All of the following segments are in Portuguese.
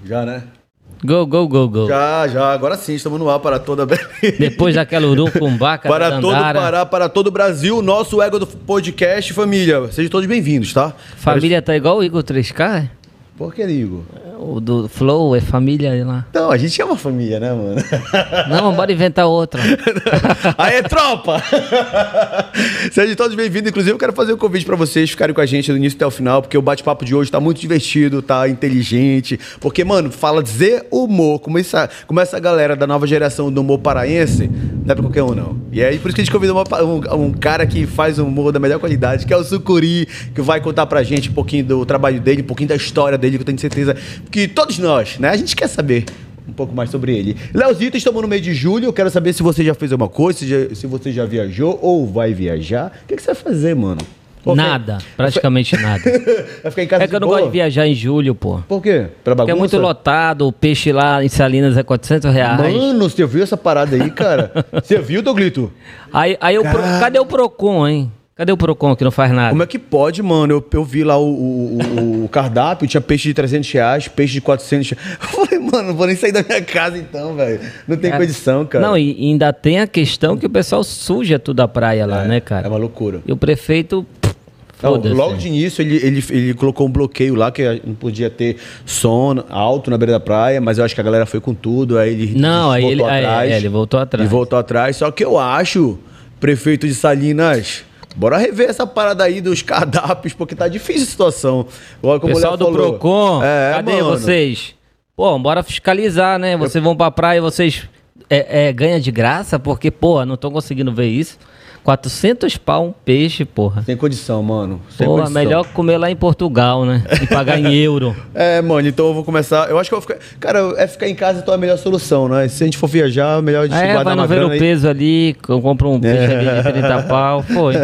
Já, né? Go, go, go, go. Já. Agora sim, estamos no ar para toda a Belém. Depois daquela Urucumbá, Para todo o Pará, para todo o Brasil, nosso Ego do Podcast, família. Sejam todos bem-vindos, tá? Família tá igual o Igor 3K? Por que, Igor? O do Flow é família lá. Então, a gente é uma família, né, mano? Não, bora inventar outra. Aí, tropa! Sejam todos bem-vindos. Inclusive, eu quero fazer um convite pra vocês ficarem com a gente do início até o final, porque o bate-papo de hoje tá muito divertido, tá inteligente. Porque, mano, fala dizer humor, como essa galera da nova geração do humor paraense, não é pra qualquer um, não. E aí, por isso que a gente convida um cara que faz humor da melhor qualidade, que é o Sucuri, que vai contar pra gente um pouquinho do trabalho dele, um pouquinho da história dele, que eu tenho certeza que todos nós, né, a gente quer saber um pouco mais sobre ele. Leozito, estamos no mês de julho, eu quero saber se você já fez alguma coisa, se você já viajou ou vai viajar. O que você vai fazer, mano? Nada, praticamente nada. Vai ficar em casa É que eu não gosto de viajar em julho, pô. Por quê? Pra bagunça? Porque é muito lotado, o peixe lá em Salinas é R$400. Mano, você viu essa parada aí, cara? Você viu, Doglito? Cadê o Procon, hein? Cadê o Procon que não faz nada? Como é que pode, mano? Eu vi lá o cardápio, tinha peixe de R$300, peixe de R$400. Eu falei, mano, não vou nem sair da minha casa então, velho. Não tem condição, cara. Não, e ainda tem a questão que o pessoal suja tudo a praia lá, né, cara? É uma loucura. E o prefeito... Não, logo de início ele colocou um bloqueio lá, que não podia ter som alto na beira da praia, mas eu acho que a galera foi com tudo, aí ele voltou atrás. Ele voltou atrás. Ele voltou atrás, só que eu acho, prefeito de Salinas... Bora rever essa parada aí dos cardápios, porque tá difícil a situação. Como pessoal do Procon, cadê vocês? Pô, bora fiscalizar, né? Vocês vão pra praia, vocês ganham de graça, porque, pô, não estão conseguindo ver isso. 400 pau um peixe, porra. Sem condição, mano. Porra, melhor comer lá em Portugal, né? E pagar em euro. Mano, então eu vou começar. Eu acho que eu vou ficar. Cara, ficar em casa então é a melhor solução, né? Se a gente for viajar, é melhor a gente guardar vai no ver o peso ali, eu compro um peixe ali de 30 pau, foi.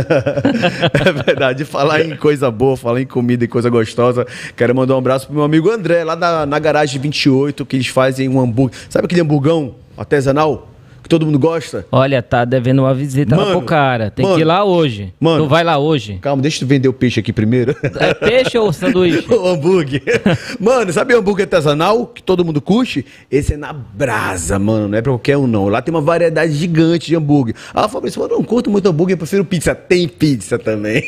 É verdade. Falar em coisa boa, falar em comida e coisa gostosa. Quero mandar um abraço pro meu amigo André, lá na Garagem 28, que eles fazem um hambúrguer. Sabe aquele hamburgão artesanal? Todo mundo gosta? Olha, tá devendo uma visita lá pro cara. Tem que ir lá hoje. Mano, tu vai lá hoje. Calma, deixa eu vender o peixe aqui primeiro. É peixe ou sanduíche? O hambúrguer. Mano, sabe o hambúrguer artesanal que todo mundo curte? Esse é na brasa, mano. Não é pra qualquer um, não. Lá tem uma variedade gigante de hambúrguer. Ah, Fabrício, eu não curto muito hambúrguer, eu prefiro pizza. Tem pizza também.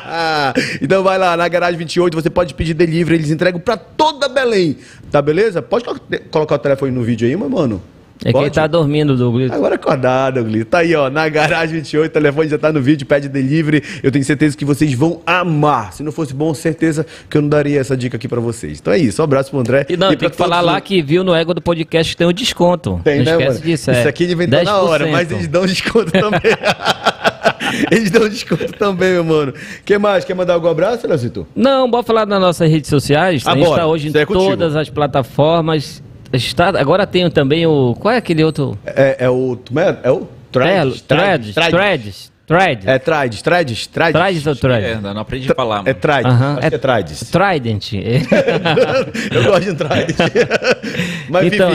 Então vai lá, na Garagem 28, você pode pedir delivery, eles entregam pra toda Belém. Tá beleza? Pode colocar o telefone no vídeo aí, mas, mano... É quem tá dormindo, Douglas. Agora acordado, Douglas. Tá aí, ó, na Garagem 28, o telefone já tá no vídeo, pede delivery. Eu tenho certeza que vocês vão amar. Se não fosse bom, certeza que eu não daria essa dica aqui pra vocês. Então é isso, um abraço pro André. E tem que falar lá que viu no Ego do Podcast que tem um desconto. Tem, não né, esquece mano? disso, Isso aqui ele inventou 10%. Na hora, mas eles dão desconto também. Eles dão desconto também, meu mano. Que mais? Quer mandar algum abraço, Leozito? Não, bora falar das nossas redes sociais. A gente tá hoje em todas as plataformas. Agora tem também o... Qual é aquele outro? É o Threads. Threads. É Threads. Threads ou Threads? Não aprendi a falar, mano. É Threads. Acho que é Threads. Trident. Eu gosto de Threads. Mas, então,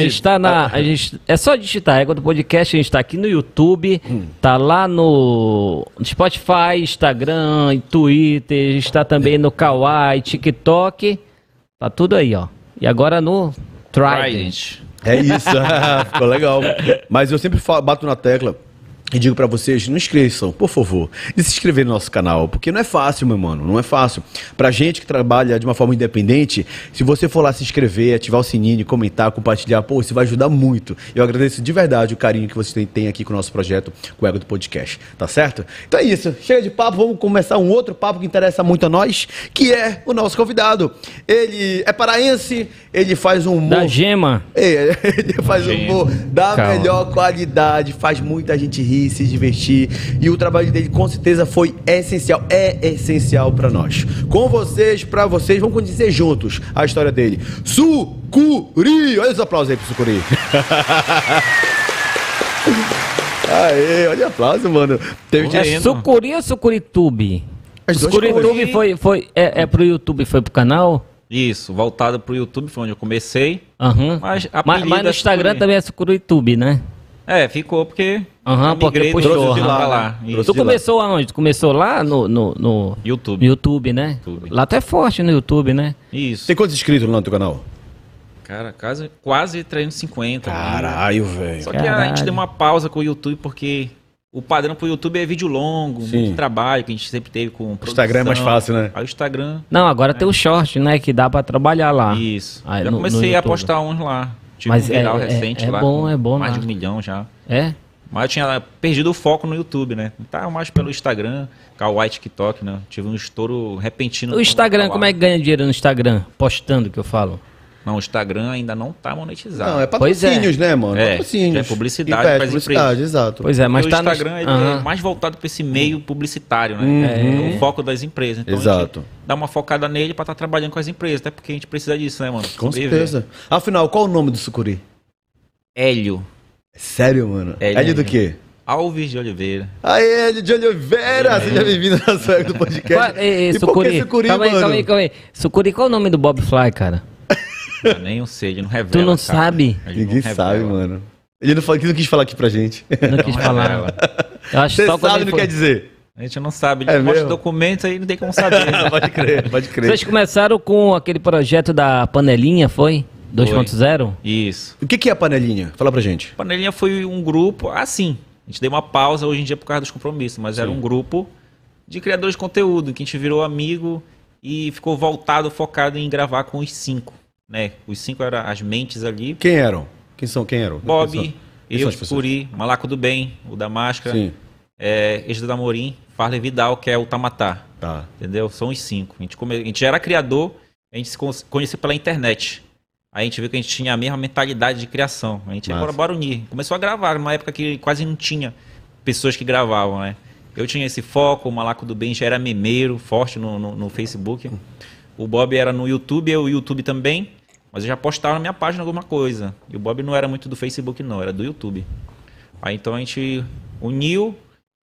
é só digitar Ego do Podcast, a gente tá aqui no YouTube, tá lá no Spotify, Instagram, Twitter, a gente tá também no Kawaii, TikTok, tá tudo aí, ó. E agora no Trident. É isso, ficou legal. Mas eu sempre bato na tecla e digo pra vocês, não esqueçam, por favor, de se inscrever no nosso canal, porque não é fácil, meu mano, não é fácil. Pra gente que trabalha de uma forma independente, se você for lá se inscrever, ativar o sininho, comentar, compartilhar, pô, isso vai ajudar muito. Eu agradeço de verdade o carinho que vocês têm aqui com o nosso projeto, com o Ego do Podcast, tá certo? Então é isso, chega de papo, vamos começar um outro papo que interessa muito a nós, que é o nosso convidado. Ele é paraense, ele faz um humor... Da Gema. Ele faz um humor da melhor qualidade, faz muita gente rir, se divertir, e o trabalho dele com certeza foi essencial, é essencial pra nós. Com vocês, pra vocês, vamos conhecer juntos a história dele. Sucuri! Olha os aplausos aí pro Sucuri. Aê, olha o aplauso, mano. É Sucuri ou Sucuritube? Sucuritube foi pro YouTube, foi pro canal? Isso, voltado pro YouTube, foi onde eu comecei. Mas no Instagram também é Sucuritube, né? Ficou porque... porque puxou de lá. Tu começou aonde? Tu começou lá no YouTube. YouTube, né? YouTube. Lá tu é forte no YouTube, né? Isso. Tem quantos inscritos lá no teu canal? Cara, quase 350. Caralho, velho. Só que a gente deu uma pausa com o YouTube porque o padrão pro YouTube é vídeo longo, muito trabalho que a gente sempre teve com produção. Instagram é mais fácil, né? Aí o Instagram... Não, agora tem o short, né? Que dá pra trabalhar lá. Isso. Aí, Já no comecei a YouTube. postar uns lá. Tive Mas um viral recente lá. É bom, mais né? de 1 milhão já. É? Mas eu tinha perdido o foco no YouTube, né? Tava mais pelo Instagram, Kawaii, TikTok, né? Tive um estouro repentino. O Instagram, como é que ganha dinheiro no Instagram? Postando, que eu falo. Não, o Instagram ainda não tá monetizado. Não, é patrocínios, né, mano? É, Patrocínios. é publicidade Investe, pras publicidade, empresas. exato. Pois é, mas Porque tá o Instagram ele é mais voltado para esse meio publicitário, né? É o foco das empresas. Então Exato. a gente dá uma focada nele para estar trabalhando com as empresas, até porque a gente precisa disso, né, mano? Com Sobreviver. certeza. Afinal, qual o nome do sucuri? Hélio Sério, mano? Hélio do quê? Alves de Oliveira. Aê, Hélio de Oliveira! Seja bem-vindo na sua do podcast. Ei, E por que sucuri, calma mano? aí. Sucuri, qual o nome do Bob Fly, cara? Eu nem eu sei, ele não revela. Tu não cara. sabe? Ele Ninguém não sabe, revela. mano. Ele não quis falar aqui pra gente. Eu não quis falar. Eu acho Você só quando sabe, ele não foi- quer dizer. A gente não sabe, ele É mostra mesmo? documentos aí não tem como saber. Pode crer, pode crer. Vocês começaram com aquele projeto da panelinha, foi? 2.0? Isso. O que é a panelinha? Fala pra gente. Panelinha foi um grupo, assim, a gente deu uma pausa hoje em dia por causa dos compromissos, mas era um grupo de criadores de conteúdo, que a gente virou amigo e ficou voltado, focado em gravar com os 5, né? Os 5 eram as mentes ali, Quem eram? Quem eram? Bob, Quem são eu, as pessoas? Puri, Malaco do Bem, o da Máscara, Sim, Exda da Amorim, Farley Vidal, que é o Tamatá, tá. entendeu? São os 5. A gente já era criador, a gente se conheceu pela internet. Aí a gente viu que a gente tinha a mesma mentalidade de criação. A gente Massa. bora unir. Começou a gravar, numa época que quase não tinha pessoas que gravavam, né? Eu tinha esse foco, o Malaco do Bem já era memeiro, forte no Facebook. O Bob era no YouTube, eu o YouTube também. Mas eu já postava na minha página alguma coisa. E o Bob não era muito do Facebook, não, era do YouTube. Aí então a gente uniu,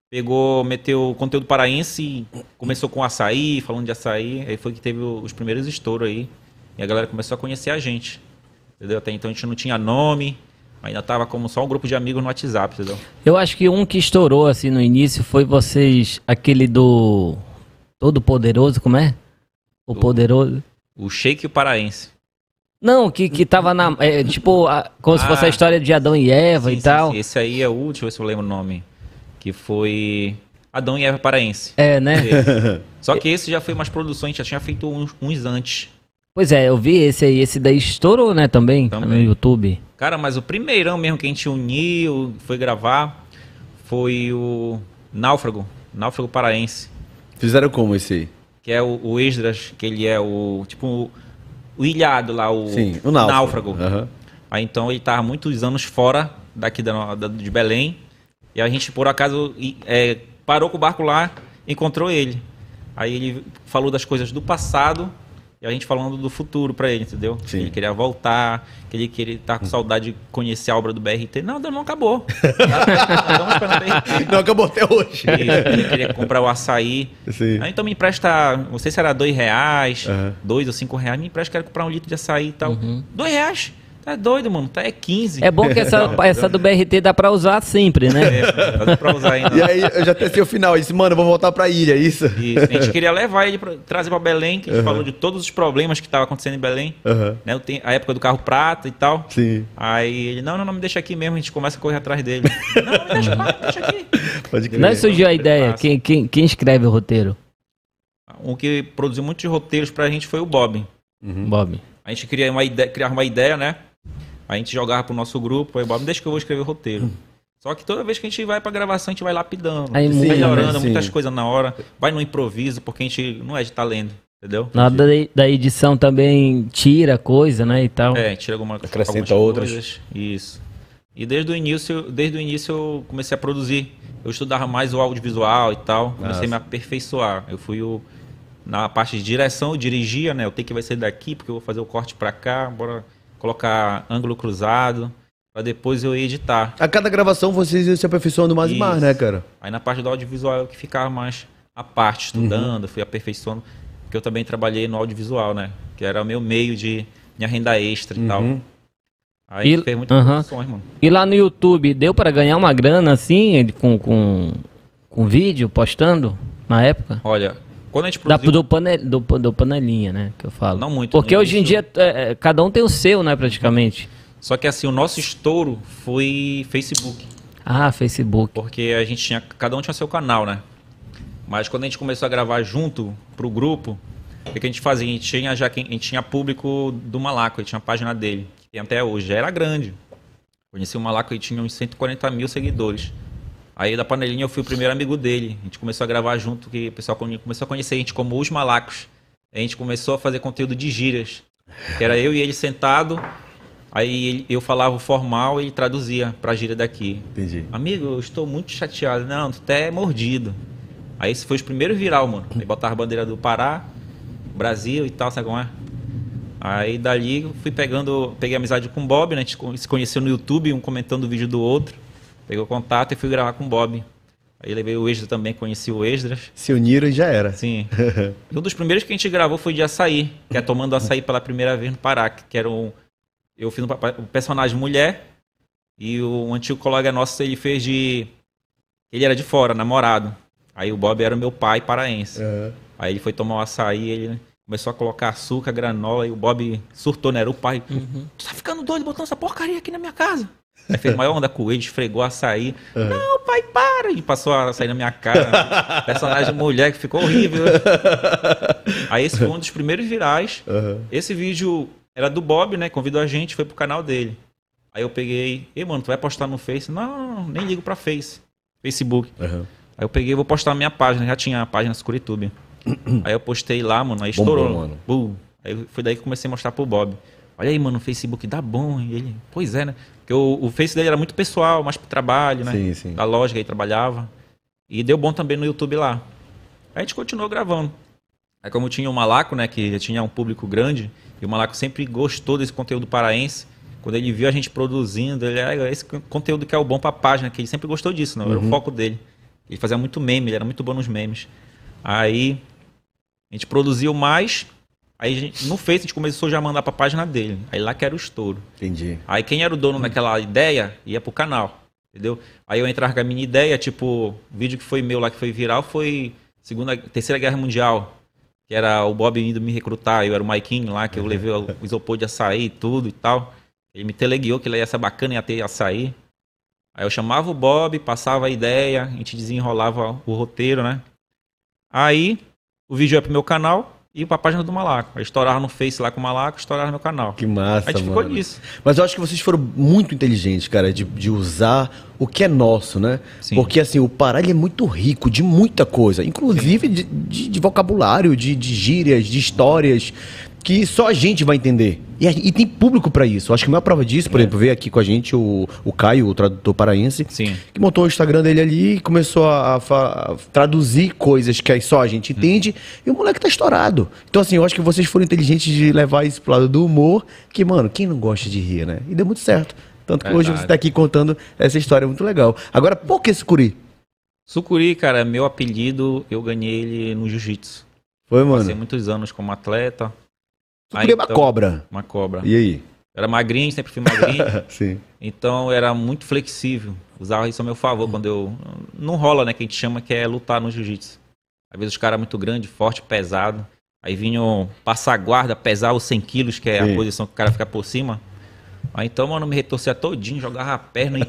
meteu conteúdo paraense, e começou com açaí, falando de açaí. Aí foi que teve os primeiros estouros aí. E a galera começou a conhecer a gente. Entendeu? Até então a gente não tinha nome, ainda tava como só um grupo de amigos no WhatsApp, entendeu? Eu acho que um que estourou assim no início foi vocês, aquele do Todo Poderoso, como é? O Poderoso. O Shake e o Paraense. Não, que tava na. Como se fosse a história de Adão e Eva e tal. Sim. Esse aí é o, deixa eu ver se eu lembro o nome. Que foi Adão e Eva Paraense. É, né? Só que esse já foi mais produção, a gente já tinha feito uns antes. Pois é, eu vi esse aí. Esse daí estourou, né, também. No Também. YouTube. Cara, mas o primeirão mesmo que a gente uniu, foi gravar, foi o Náufrago Paraense. Fizeram como esse aí? Que é o Esdras, que ele é o, tipo, o ilhado lá, Sim, o náufrago. Aham. Aí então ele tava muitos anos fora daqui de Belém. E a gente, por acaso, parou com o barco lá, encontrou ele. Aí ele falou das coisas do passado e a gente falando do futuro pra ele, entendeu? Sim. Ele queria voltar, que ele tá com saudade de conhecer a obra do BRT. Não acabou. Estamos esperando o BRT. Não, acabou até hoje. Isso, ele queria comprar o açaí. Sim. Aí então me empresta, não sei se era R$2, Aham. 2 ou 5 reais, me empresta, quero comprar um litro de açaí e tal. R$2? Tá doido, mano, tá 15. É bom que essa do BRT dá pra usar sempre, né? Dá pra usar ainda. E aí, eu já testei o final. Eu disse, mano, eu vou voltar pra ilha, é isso? Isso. A gente queria levar ele, trazer pra Belém, que a gente falou de todos os problemas que estavam acontecendo em Belém. Aham. Né? A época do carro prata e tal. Sim. Aí ele, não, me deixa aqui mesmo, a gente começa a correr atrás dele. Não, deixa aqui. Pode crer. Não surgiu a ideia. Massa. Quem escreve o roteiro? Um que produziu muitos roteiros pra gente foi o Bob. Bob. A gente criava uma ideia, né? A gente jogava pro nosso grupo, aí o Bob, deixa que eu vou escrever o roteiro. Só que toda vez que a gente vai pra gravação, a gente vai lapidando, Aí muda, melhorando né? muitas Sim. coisas na hora, vai no improviso, porque a gente não é de talento, entendeu? Na hora da edição também tira coisa, né, e tal. Tira Acrescenta algumas outras. coisas. Isso. E desde o início eu comecei a produzir. Eu estudava mais o audiovisual e tal, comecei a me aperfeiçoar. Eu fui na parte de direção, eu dirigia, né? O take vai ser daqui, porque eu vou fazer o corte pra cá, bora colocar ângulo cruzado, pra depois eu editar. A cada gravação vocês iam se aperfeiçoando mais e mais, Isso. né, cara? Aí na parte do audiovisual eu que ficava mais à parte, estudando, fui aperfeiçoando, porque eu também trabalhei no audiovisual, né? Que era o meu meio de minha renda extra e tal. Aí E- fez muitas produções, mano. E lá no YouTube, deu pra ganhar uma grana assim, com vídeo postando na época? Olha, Quando a gente produziu... Do panelinha, né? Que eu falo. Não muito. Porque no hoje em início. dia, cada um tem o seu, né? Praticamente. Só que assim, o nosso estouro foi Facebook. Ah, Facebook. Porque a gente tinha... Cada um tinha seu canal, né? Mas quando a gente começou a gravar junto pro grupo, o que a gente fazia? A gente tinha público do Malaco, ele tinha a página dele. Que tem até hoje. Já era grande. Conheci o Malaco e tinha uns 140 mil seguidores. Aí da panelinha eu fui o primeiro amigo dele. A gente começou a gravar junto, que o pessoal começou a conhecer a gente como os Malacos. A gente começou a fazer conteúdo de gírias. Que era eu e ele sentado, aí eu falava o formal e ele traduzia pra gíria daqui. Entendi. Amigo, eu estou muito chateado. Não, tu até é mordido. Aí esse foi os primeiros viral, mano. Aí botava a bandeira do Pará, Brasil e tal, sabe como é? Aí dali eu peguei amizade com o Bob, né? A gente se conheceu no YouTube, um comentando o vídeo do outro. Peguei o contato e fui gravar com o Bob. Aí levei o Esdras também, conheci o Esdras. Se uniram e já era. Sim. E um dos primeiros que a gente gravou foi de açaí, que é tomando açaí pela primeira vez no Pará, que era eu fiz o personagem mulher e o antigo colega nosso, ele fez ele era de fora, namorado. Aí o Bob era o meu pai paraense. Uhum. Aí ele foi tomar o açaí, ele começou a colocar açúcar, granola, e o Bob surtou, né? Era o pai. Tu tá ficando doido botando essa porcaria aqui na minha casa? Aí fez maior onda com ele, esfregou açaí. Não, pai, para! E passou a açaí na minha cara. Personagem mulher que ficou horrível. Aí esse foi um dos primeiros virais. Esse vídeo era do Bob, né? Convidou a gente, foi pro canal dele. Aí eu peguei, mano, tu vai postar no Face? Não, nem ligo pra Facebook. Aí eu peguei, vou postar na minha página, já tinha a página Sucuritube. Aí eu postei lá, mano, aí estourou. Mano. Aí foi daí que comecei a mostrar pro Bob. Olha aí, mano, o Facebook dá bom. E ele, pois é, né? Porque o Face dele era muito pessoal, mais pro trabalho, né? Sim, sim. Da loja que ele trabalhava. E deu bom também no YouTube lá. Aí a gente continuou gravando. Aí como tinha o Malaco, né, que já tinha um público grande, e o Malaco sempre gostou desse conteúdo paraense, quando ele viu a gente produzindo, ele, esse conteúdo que é o bom pra página, que ele sempre gostou disso, não? Era o foco dele. Ele fazia muito meme, ele era muito bom nos memes. Aí a gente produziu mais, aí no Face a gente começou já a mandar pra página dele. Aí lá que era o estouro. Entendi. Aí quem era o dono daquela ideia ia pro canal, entendeu? Aí eu entrava com a minha ideia, tipo, o vídeo que foi meu lá, que foi viral, foi Terceira Guerra Mundial. Que era o Bob indo me recrutar, eu era o Maiquinho lá, que eu levei o isopor de açaí e tudo e tal. Ele me teleguiou que ele ia ser bacana, ia ter açaí. Aí eu chamava o Bob, passava a ideia, a gente desenrolava o roteiro, né? Aí o vídeo ia pro meu canal e pra página do Malaco. Aí estourava no Face lá com o Malaco, estourava no meu canal. Que massa, Aí a gente mano. ficou nisso. Mas eu acho que vocês foram muito inteligentes, cara, de usar o que é nosso, né? Sim. Porque, assim, o Pará ele é muito rico de muita coisa, inclusive de vocabulário, de gírias, de histórias, que só a gente vai entender. E tem público pra isso. Eu acho que a maior prova disso, por exemplo, veio aqui com a gente o Caio, o tradutor paraense, Sim. que montou o Instagram dele ali e começou a traduzir coisas que aí só a gente entende, e o moleque tá estourado. Então, assim, eu acho que vocês foram inteligentes de levar isso pro lado do humor, que, mano, quem não gosta de rir, né? E deu muito certo. Tanto que hoje você tá aqui contando essa história muito legal. Agora, por que Sucuri? Sucuri, cara, meu apelido, eu ganhei ele no jiu-jitsu. Foi, mano? Passei muitos anos como atleta. Sucuri é uma cobra. Uma cobra. E aí? Eu era magrinho, sempre fui magrinho. Sim. Então era muito flexível. Usava isso a meu favor quando eu... Não rola, né? Que a gente chama que é lutar no jiu-jitsu. Às vezes os caras muito grande, forte, pesado. Aí vinham passar a guarda, pesar os 100 quilos, que é Sim. a posição que o cara fica por cima. Aí então, mano, me retorcia todinho, jogava a perna e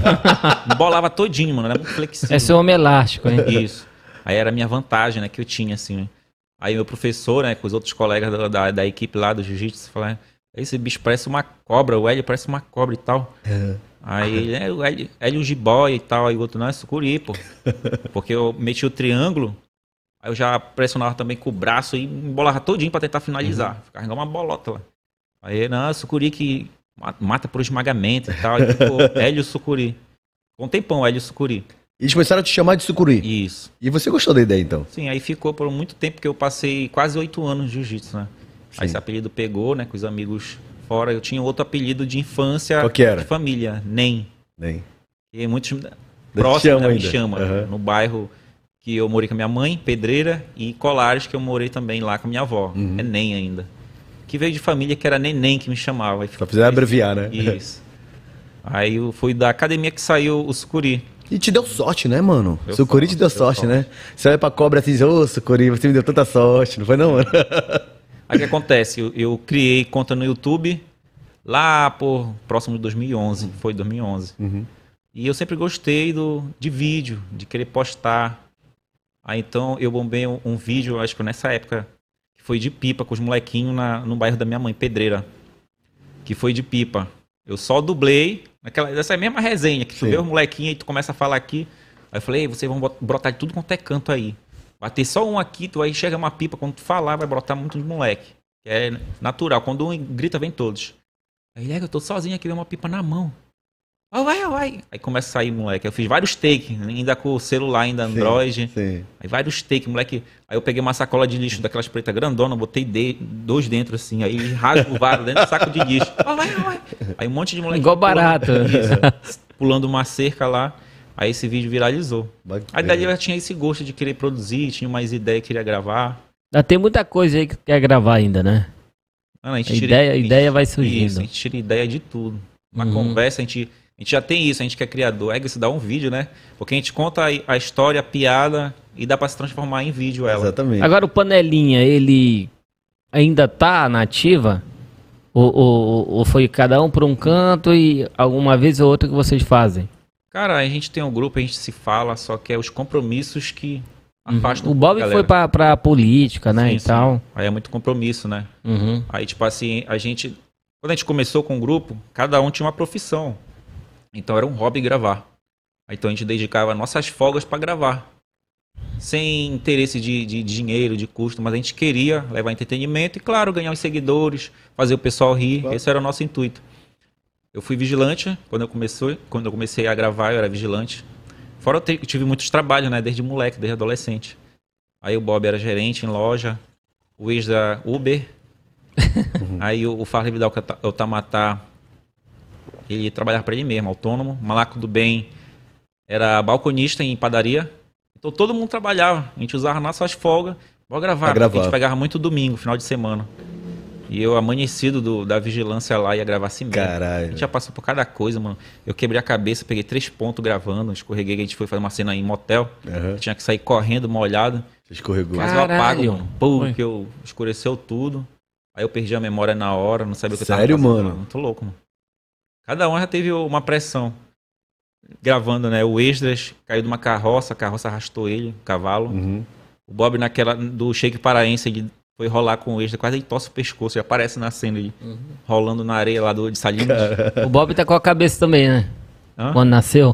bolava todinho, mano. Era muito flexível. Esse é o homem elástico, hein? Isso. Aí era a minha vantagem, né? Que eu tinha, assim. Aí meu professor, né? Com os outros colegas da equipe lá do jiu-jitsu, falaram: esse bicho parece uma cobra, o Hélio parece uma cobra e tal. Aí ele, o Hélio Jiboia e tal. Aí o outro, não, é Sucuri, pô. Porque eu meti o triângulo, aí eu já pressionava também com o braço e embolava todinho pra tentar finalizar. Ficava igual uma bolota lá. Aí, não, é Sucuri que mata por esmagamento e tal. Aí ficou Hélio Sucuri. Com um tempão, Hélio Sucuri. Eles começaram a te chamar de Sucuri. Isso. E você gostou da ideia, então? Sim, aí ficou por muito tempo, que eu passei quase 8 anos de jiu-jitsu, né? Sim. Aí esse apelido pegou, né, com os amigos fora. Eu tinha outro apelido de infância, Qual que era? de família, Nem. Nem. E muitos próximos, né, me ainda. chamam. Uhum. No bairro que eu morei com a minha mãe, Pedreira, e Colares, que eu morei também lá com a minha avó. É Nem ainda. Que veio de família que era Neném que me chamava. Aí Só fizeram abreviar, né? Isso. Aí foi da academia que saiu o Sucuri. E te deu sorte, né, mano? Deu Sucuri te deu sorte, sorte, deu né? Você vai pra cobra assim e diz, ô, Sucuri, você me deu tanta sorte, não foi não, mano? Aí o que acontece? Eu criei conta no YouTube lá por próximo de 2011, foi 2011. E eu sempre gostei de vídeo, de querer postar. Aí então eu bombei um vídeo, acho que nessa época, que foi de pipa com os molequinhos no bairro da minha mãe, Pedreira. Que foi de pipa. Eu só dublei, dessa mesma resenha, que tu vê os molequinhos e tu começa a falar aqui. Aí eu falei, vocês vão brotar de tudo quanto é canto aí. Vai ter só um aqui, tu aí chega uma pipa, quando tu falar, vai brotar muito de moleque. Que é natural, quando um grita, vem todos. Aí eu tô sozinho aqui, vem uma pipa na mão. Vai. Aí começa a sair, moleque. Eu fiz vários takes, ainda com o celular, ainda Android. Sim. Aí vários takes, moleque. Aí eu peguei uma sacola de lixo daquelas pretas grandona, botei dois dentro assim, aí rasgo o varo dentro do saco de lixo. Vai. Aí um monte de moleque. Igual barato. Pulando uma cerca lá. Aí esse vídeo viralizou. Bacana. Aí daí eu já tinha esse gosto de querer produzir, tinha mais ideia, queria gravar. Tem muita coisa aí que quer gravar ainda, né? Mano, a ideia vai surgindo. Isso, a gente tira ideia de tudo. Na conversa a gente já tem isso, a gente que é criador, se dá um vídeo, né? Porque a gente conta a história, a piada e dá pra se transformar em vídeo ela. Exatamente. Agora o Panelinha, ele ainda tá na ativa? Ou foi cada um por um canto e alguma vez ou outra que vocês fazem? Cara, a gente tem um grupo, a gente se fala, só que é os compromissos que afastam O Bob foi pra política, né, sim, e tal. Sim. Aí é muito compromisso, né? Aí, tipo assim, quando a gente começou com o grupo, cada um tinha uma profissão. Então era um hobby gravar. Então a gente dedicava nossas folgas pra gravar. Sem interesse de dinheiro, de custo, mas a gente queria levar entretenimento e, claro, ganhar os seguidores, fazer o pessoal rir. Claro. Esse era o nosso intuito. Eu fui vigilante, quando eu comecei a gravar, eu era vigilante. Fora eu tive muitos trabalhos, né? Desde moleque, desde adolescente. Aí o Bob era gerente em loja, o ex da Uber. Aí o Farley Vidal, que é o Tamatá, ele trabalhava para ele mesmo, autônomo. O Malaco do Bem era balconista em padaria. Então todo mundo trabalhava. A gente usava nossas folgas para gravar. A gente pegava muito domingo, final de semana. E eu, amanhecido da vigilância lá, ia gravar assim mesmo. Caralho. A gente já passou por cada coisa, mano. Eu quebrei a cabeça, peguei 3 pontos gravando, escorreguei, a gente foi fazer uma cena em motel. Tinha que sair correndo, molhado. Você escorregou. Mas eu apago, mano. Porque eu escureceu tudo. Aí eu perdi a memória na hora, não sabia o que eu tava fazendo. Sério, mano? Muito louco, mano. Cada um já teve uma pressão. Gravando, né? O Esdras caiu de uma carroça, a carroça arrastou ele, o cavalo. O Bob naquela do Shake Paraense, ele foi rolar com o Esdras, quase ele torce o pescoço, já aparece na cena ali, rolando na areia lá de Salinas. O Bob tá com a cabeça também, né? Quando nasceu.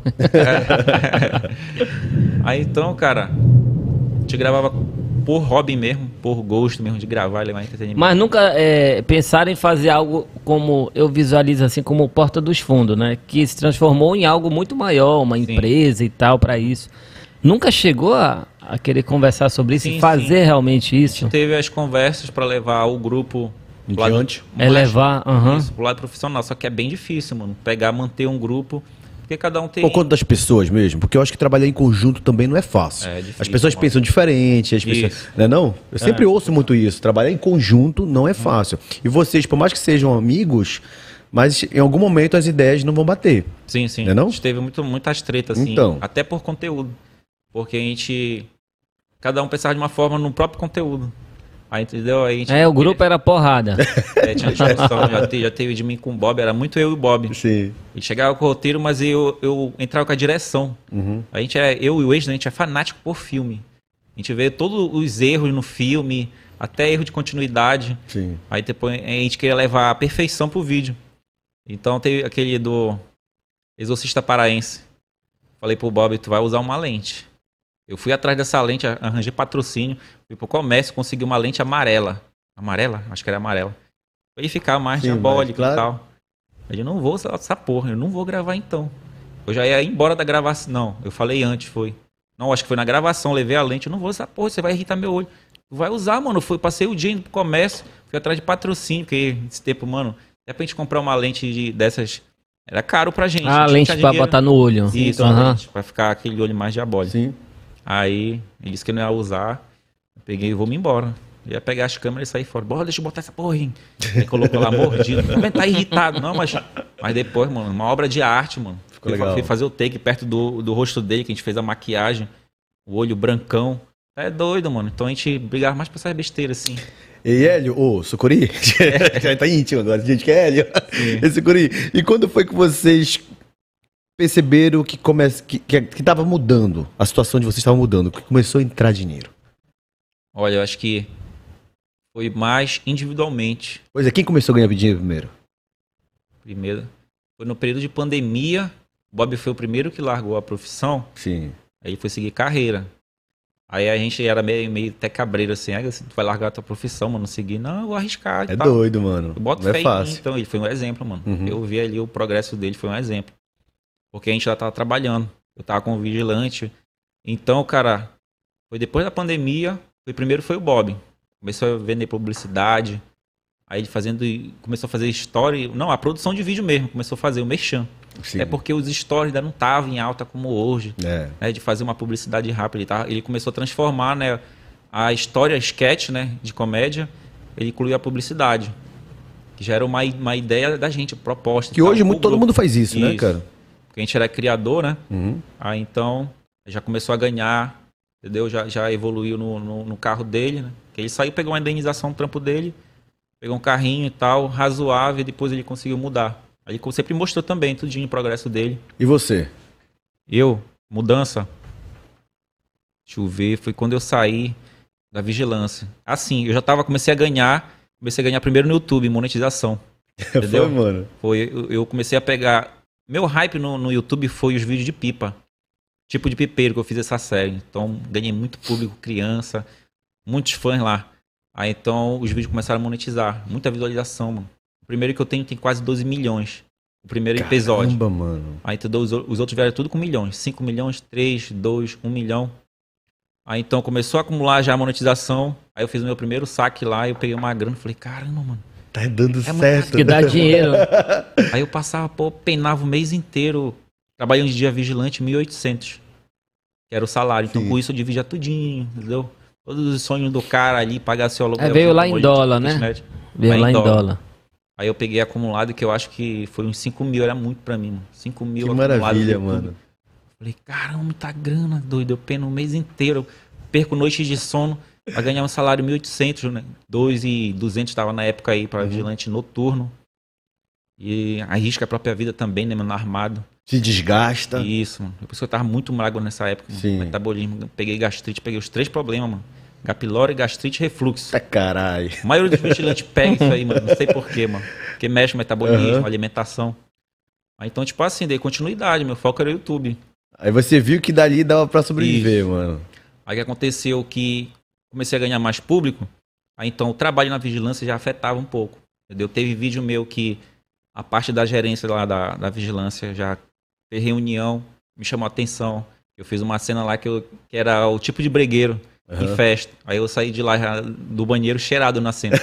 Aí então, cara, a gente gravava por hobby mesmo, por gosto mesmo de gravar e levar entretenimento. Mas nunca pensaram em fazer algo como eu visualizo assim, como o Porta dos Fundos, né? Que se transformou em algo muito maior, uma empresa e tal para isso. Nunca chegou a querer conversar sobre isso e fazer realmente isso? A gente teve as conversas para levar o grupo adiante. Levar isso, pro lado profissional, só que é bem difícil, mano. Manter um grupo. Porque cada um tem... Por conta das pessoas mesmo, porque eu acho que trabalhar em conjunto também não é fácil. É difícil, as pessoas pensam diferente, as pessoas... Não? Eu sempre ouço muito isso. Trabalhar em conjunto não é fácil. E vocês, por mais que sejam amigos, mas em algum momento as ideias não vão bater. Sim. Não? A gente teve muitas tretas, assim, então. Até por conteúdo. Porque cada um pensava de uma forma no próprio conteúdo. Aí, entendeu? Aí o grupo era porrada. Tinha discussão, já teve de mim com o Bob, era muito eu e o Bob. Sim. Ele chegava com o roteiro, mas eu entrava com a direção. Eu e o Ex, a gente é fanático por filme. A gente vê todos os erros no filme, até erro de continuidade. Sim. Aí depois a gente queria levar a perfeição pro vídeo. Então teve aquele do Exorcista Paraense. Falei pro Bob, tu vai usar uma lente. Eu fui atrás dessa lente, arranjei patrocínio, fui pro comércio, consegui uma lente amarela. Amarela? Acho que era amarela. Pra ele ficar mais diabólico e tal. Eu não vou usar essa porra, eu não vou gravar então. Eu já ia embora da gravação. Não, eu falei antes, foi. Não, acho que foi na gravação, levei a lente, eu não vou usar, porra, você vai irritar meu olho. Tu vai usar, mano, passei o dia indo pro comércio, fui atrás de patrocínio, porque esse tempo, mano, de repente comprar uma lente dessas, era caro pra gente. Lente pra botar no olho. Isso, lente, pra ficar aquele olho mais diabólico. Sim. Aí, ele disse que não ia usar. Eu peguei e vou me embora. Eu ia pegar as câmeras e sair fora. Bora, deixa eu botar essa porra aí. Aí colocou lá mordido. Também tá irritado. Não, mas depois, mano, uma obra de arte, mano. Ficou legal. Fui fazer o take perto do rosto dele, que a gente fez a maquiagem, o olho brancão. É doido, mano. Então a gente brigava mais pra essas besteiras, assim. E Hélio, Sucuri, já tá íntimo agora, a gente quer Hélio. E Sucuri, e quando foi que vocês perceberam que tava mudando, a situação de vocês estava mudando, que começou a entrar dinheiro? Olha, eu acho que foi mais individualmente. Pois é, quem começou a ganhar dinheiro primeiro? Primeiro, foi no período de pandemia, o Bob foi o primeiro que largou a profissão. Sim. Aí ele foi seguir carreira. Aí a gente era meio até cabreiro assim, tu vai largar a tua profissão, mano, não seguir. Não, eu vou arriscar e tal. Doido, mano. Eu boto não fé é em fácil. mim, então ele foi um exemplo, mano. Eu vi ali o progresso dele, foi um exemplo. Porque a gente já tava trabalhando, eu tava como vigilante. Então, cara, foi depois da pandemia, primeiro foi o Bob. Começou a vender publicidade, aí ele começou a fazer story, não, a produção de vídeo mesmo, começou a fazer o merchan. Sim. É porque os stories ainda não estavam em alta como hoje, né, de fazer uma publicidade rápida. Ele começou a transformar, né, a história, sketch, né, de comédia, ele incluiu a publicidade, que já era uma ideia da gente, proposta. Que hoje todo mundo faz isso, né, cara? Porque a gente era criador, né? Aí então, já começou a ganhar, entendeu? Já evoluiu no carro dele, né? Que ele saiu, pegou uma indenização no trampo dele, pegou um carrinho e tal, razoável, e depois ele conseguiu mudar. Aí ele sempre mostrou também tudinho o progresso dele. E você? Mudança. Deixa eu ver, foi quando eu saí da vigilância. Assim, eu já comecei a ganhar primeiro no YouTube, monetização. Entendeu? Foi, mano? Eu comecei a pegar... Meu hype no YouTube foi os vídeos de pipa. Tipo de pipeiro que eu fiz essa série. Então, ganhei muito público, criança, muitos fãs lá. Aí, então, os vídeos começaram a monetizar. Muita visualização, mano. O primeiro que eu tenho tem quase 12 milhões. O primeiro episódio. Caramba, mano. Aí, então, os outros vieram tudo com milhões. 5 milhões, 3, 2, 1 milhão. Aí, então, começou a acumular já a monetização. Aí, eu fiz o meu primeiro saque lá. E eu peguei uma grana e falei, caramba, mano. Tá dando certo. Que dá dinheiro. Aí, eu passava, penava o mês inteiro trabalhando de dia vigilante, 1.800. Que era o salário. Então, com isso, eu dividia tudinho, entendeu? Todos os sonhos do cara ali, pagar seu aluguel. Veio lá em dólar, né? Veio lá em dólar. Aí eu peguei acumulado, que eu acho que foi uns 5 mil, era muito pra mim, mano. 5 mil que acumulado. Maravilha, mano. Falei, caramba, muita grana, doido. Eu peno o mês inteiro, eu perco noites de sono pra ganhar um salário 1.800, né? 2.200 tava na época aí pra vigilante noturno. E arrisca a própria vida também, né, mano, armado. Se desgasta. Isso, mano. Por isso que eu tava muito magro nessa época, mano. Sim. Metabolismo, peguei gastrite, peguei os 3 problemas, mano. H. pylori, gastrite e refluxo. Tá caralho. A maioria dos vigilantes pega isso aí, mano. Não sei porquê, mano. Porque mexe no metabolismo, alimentação. Aí, então, tipo assim, dei continuidade. Meu foco era o YouTube. Aí você viu que dali dava pra sobreviver, mano. Aí que aconteceu que comecei a ganhar mais público. Aí então o trabalho na vigilância já afetava um pouco. Entendeu? Teve vídeo meu que a parte da gerência lá da vigilância já fez reunião, me chamou a atenção. Eu fiz uma cena lá que era o tipo de bregueiro em festa. Aí eu saí de lá do banheiro cheirado na cena.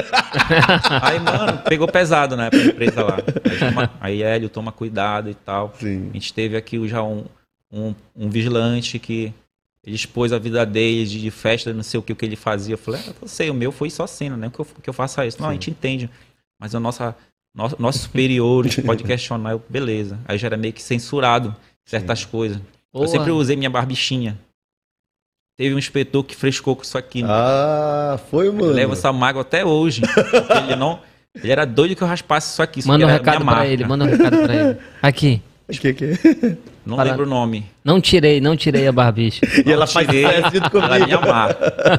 Aí, mano, pegou pesado, né, pra empresa lá. Aí Hélio, toma cuidado e tal. Sim. A gente teve aqui já um vigilante que ele expôs a vida dele de festa, não sei o que ele fazia. Eu falei, eu sei, o meu foi só cena, né? Que eu faça isso. Não, a gente entende. Mas o nosso superior pode questionar, beleza. Aí já era meio que censurado certas coisas. Boa. Eu sempre usei minha barbichinha. Teve um inspetor que frescou com isso aqui. Né? Foi, mano. Eu levo essa mágoa até hoje. Ele era doido que eu raspasse isso aqui. Manda um recado pra ele, Aqui. Não lembro o nome. Não tirei a barbicha. E ela faz isso comigo. Ela me amar.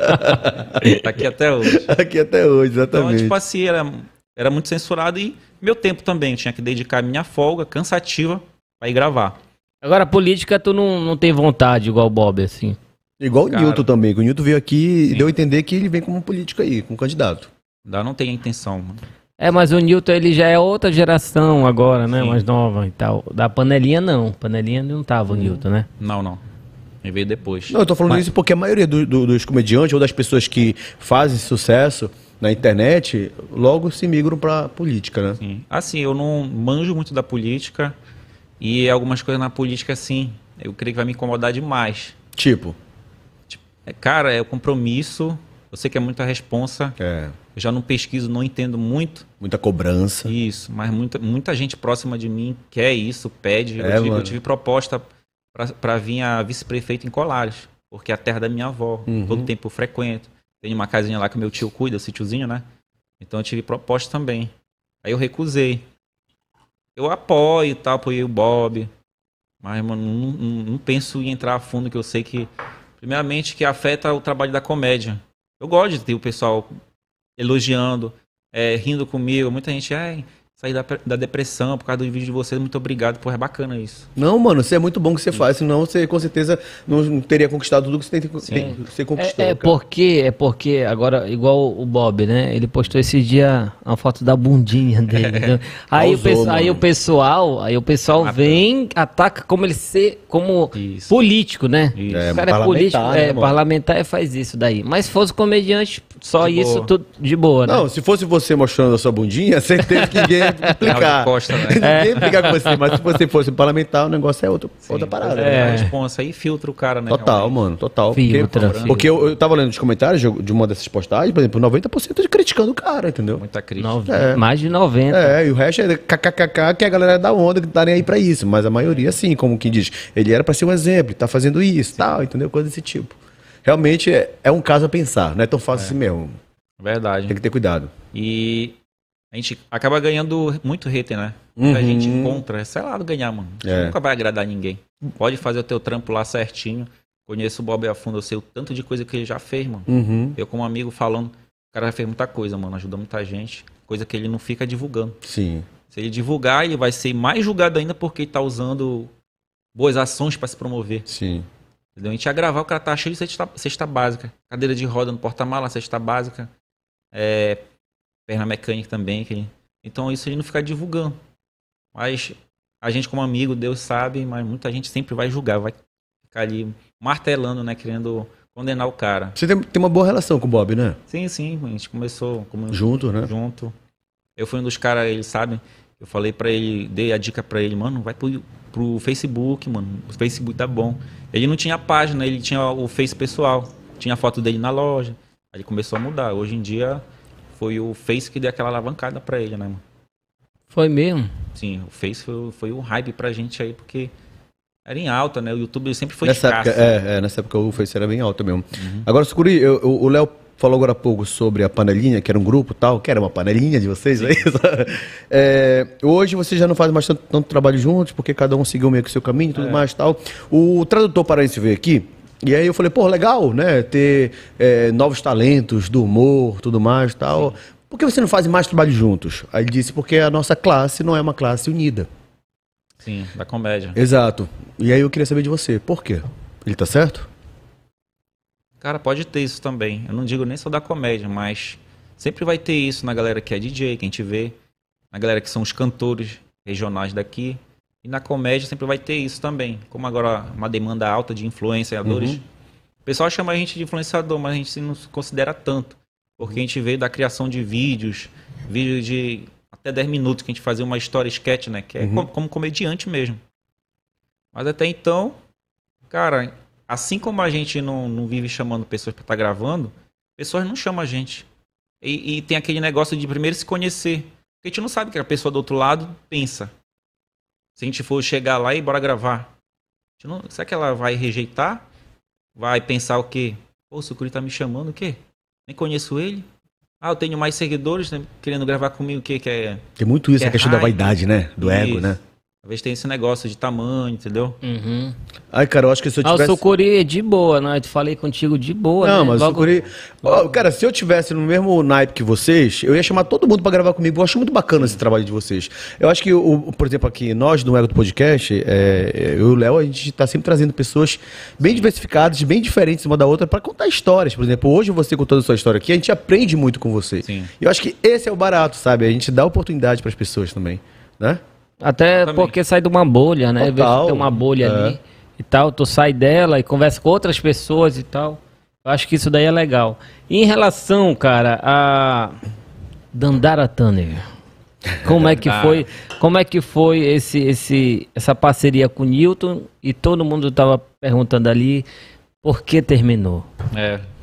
Tá aqui até hoje. Aqui até hoje, exatamente. Então, tipo assim, era muito censurado e meu tempo também. Eu tinha que dedicar minha folga cansativa pra ir gravar. Agora, política, tu não tem vontade igual o Bob, assim. Igual o Newton também. O Newton veio aqui e deu a entender que ele vem como político aí, como candidato. Ainda não tem a intenção, mano. Mas o Newton, ele já é outra geração agora, né? Sim. Mais nova e tal. Da Panelinha, não. Panelinha não tava o Newton, né? Não. Ele veio depois. Não, eu tô falando isso porque a maioria dos comediantes ou das pessoas que fazem sucesso na internet, logo se migram pra política, né? Sim. Assim, eu não manjo muito da política e algumas coisas na política, assim, eu creio que vai me incomodar demais. Tipo? Cara, é o compromisso Eu sei que é muita responsa. É. Eu já não pesquiso, não entendo muito. Muita cobrança. Isso, mas muita gente próxima de mim quer isso, pede. É, Eu tive proposta para vir a vice-prefeito em Colares, porque é a terra da minha avó. Todo tempo eu frequento. Tem uma casinha lá que meu tio cuida, o sítiozinho, né? Então eu tive proposta também. Aí eu recusei. Eu apoio e tal, apoiei o Bob. Mas, mano, não penso em entrar a fundo, que eu sei que, primeiramente, que afeta o trabalho da comédia. Eu gosto de ter o pessoal elogiando, rindo comigo. Muita gente, sair da depressão por causa do vídeo de vocês, muito obrigado. Pô, é bacana isso. Não, mano, isso é muito bom que você faz, senão você com certeza não teria conquistado tudo que você você conquistou. Porque agora, igual o Bob, né? Ele postou esse dia uma foto da bundinha dele. Entendeu? Aí o pessoal vem, ataca como ele ser como Isso. político, né? Isso. O cara é político, né, mano? parlamentar faz isso daí. Mas se fosse comediante, só De isso boa. tudo de boa, né? Não, se fosse você mostrando a sua bundinha, certeza que ninguém ia implicar. Costa, né? Ninguém ia implicar com você, mas se você fosse um parlamentar, o negócio é outra parada. É. Né? A responsa aí filtra o cara, né? Total, realmente. mano, total. Filtra. Porque eu tava lendo os comentários de uma dessas postagens, por exemplo, 90% de criticando o cara, entendeu? Muita crítica. Mais de 90. E o resto é kkkk, que a galera da onda que tá nem aí pra isso. Mas a maioria, sim, como quem diz, ele era pra ser um exemplo, tá fazendo isso, tal, entendeu? Coisa desse tipo. Realmente é um caso a pensar, não é tão fácil assim mesmo. Verdade. Tem que ter cuidado. E a gente acaba ganhando muito hater, né? Muita gente contra. Sei lá, ganhar, mano. Você nunca vai agradar ninguém. Pode fazer o teu trampo lá certinho. Conheço o Bob a fundo, eu sei o tanto de coisa que ele já fez, mano. Eu como amigo falando, o cara já fez muita coisa, mano. Ajudou muita gente. Coisa que ele não fica divulgando. Sim. Se ele divulgar, ele vai ser mais julgado ainda porque ele tá usando boas ações pra se promover. Sim. Entendeu? A gente ia gravar, o cara tá cheio de cesta básica. Cadeira de roda no porta-mala, cesta básica. Perna mecânica também. Então isso ele não fica divulgando. Mas a gente como amigo, Deus sabe, mas muita gente sempre vai julgar, vai ficar ali martelando, né? Querendo condenar o cara. Você tem uma boa relação com o Bob, né? Sim, a gente começou Junto, né? junto. Eu fui um dos caras, ele sabe, eu falei pra ele, dei a dica pra ele, mano, vai pro Facebook, mano, o Facebook tá bom. Ele não tinha página, ele tinha o Face pessoal, tinha a foto dele na loja, aí ele começou a mudar. Hoje em dia, foi o Face que deu aquela alavancada pra ele, né, mano? Foi mesmo? Sim, o Face foi um hype pra gente aí, porque era em alta, né? O YouTube sempre foi Nessa escasso. época, nessa época o Face era bem alto mesmo. Agora, Sucuri, o Léo falou agora há pouco sobre a panelinha, que era um grupo tal, que era uma panelinha de vocês, é isso? Hoje vocês já não fazem mais tanto trabalho juntos, porque cada um seguiu meio que o seu caminho e tudo mais tal. O tradutor paraense veio aqui, e aí eu falei, pô, legal, né? Ter novos talentos do humor, tudo mais tal. Por que você não faz mais trabalho juntos? Aí ele disse, porque a nossa classe não é uma classe unida. Sim, da comédia. Exato. E aí eu queria saber de você, por quê? Ele tá certo? Cara, pode ter isso também. Eu não digo nem só da comédia, mas sempre vai ter isso na galera que é DJ, que a gente vê, na galera que são os cantores regionais daqui. E na comédia sempre vai ter isso também. Como agora uma demanda alta de influenciadores. O pessoal chama a gente de influenciador, mas a gente não se considera tanto. Porque a gente veio da criação de vídeos de até 10 minutos, que a gente fazia uma história sketch, né? Que é como comediante mesmo. Mas até então, cara, assim como a gente não vive chamando pessoas pra estar gravando, pessoas não chamam a gente. E tem aquele negócio de primeiro se conhecer. Porque a gente não sabe o que a pessoa do outro lado pensa. Se a gente for chegar lá e bora gravar. Será que ela vai rejeitar? Vai pensar o quê? Pô, o Sucuri tá me chamando o quê? Nem conheço ele. Eu tenho mais seguidores, né, querendo gravar comigo, o quê? Tem muito isso, a questão da hype. vaidade, né? Do ego, né? Talvez tenha esse negócio de tamanho, entendeu? Ai, cara, eu acho que se eu tivesse... O Sucuri é de boa, né? Eu falei contigo de boa, Não, né? mas o Sucuri... Cara, se eu tivesse no mesmo naipe que vocês, eu ia chamar todo mundo pra gravar comigo. Eu acho muito bacana esse trabalho de vocês. Eu acho que, por exemplo, aqui, nós do Ego do Podcast, eu e o Léo, a gente tá sempre trazendo pessoas bem diversificadas, bem diferentes uma da outra, pra contar histórias. Por exemplo, hoje você contando a sua história aqui, a gente aprende muito com você. Sim. E eu acho que esse é o barato, sabe? A gente dá oportunidade pras pessoas também, né? Até Exatamente. porque sai de uma bolha, né? Total. Tem uma bolha ali e tal, tu sai dela e conversa com outras pessoas e tal. Eu acho que isso daí é legal. E em relação, cara, a Dandara Tanner, como é que foi essa parceria com o Newton? E todo mundo tava perguntando ali por que terminou.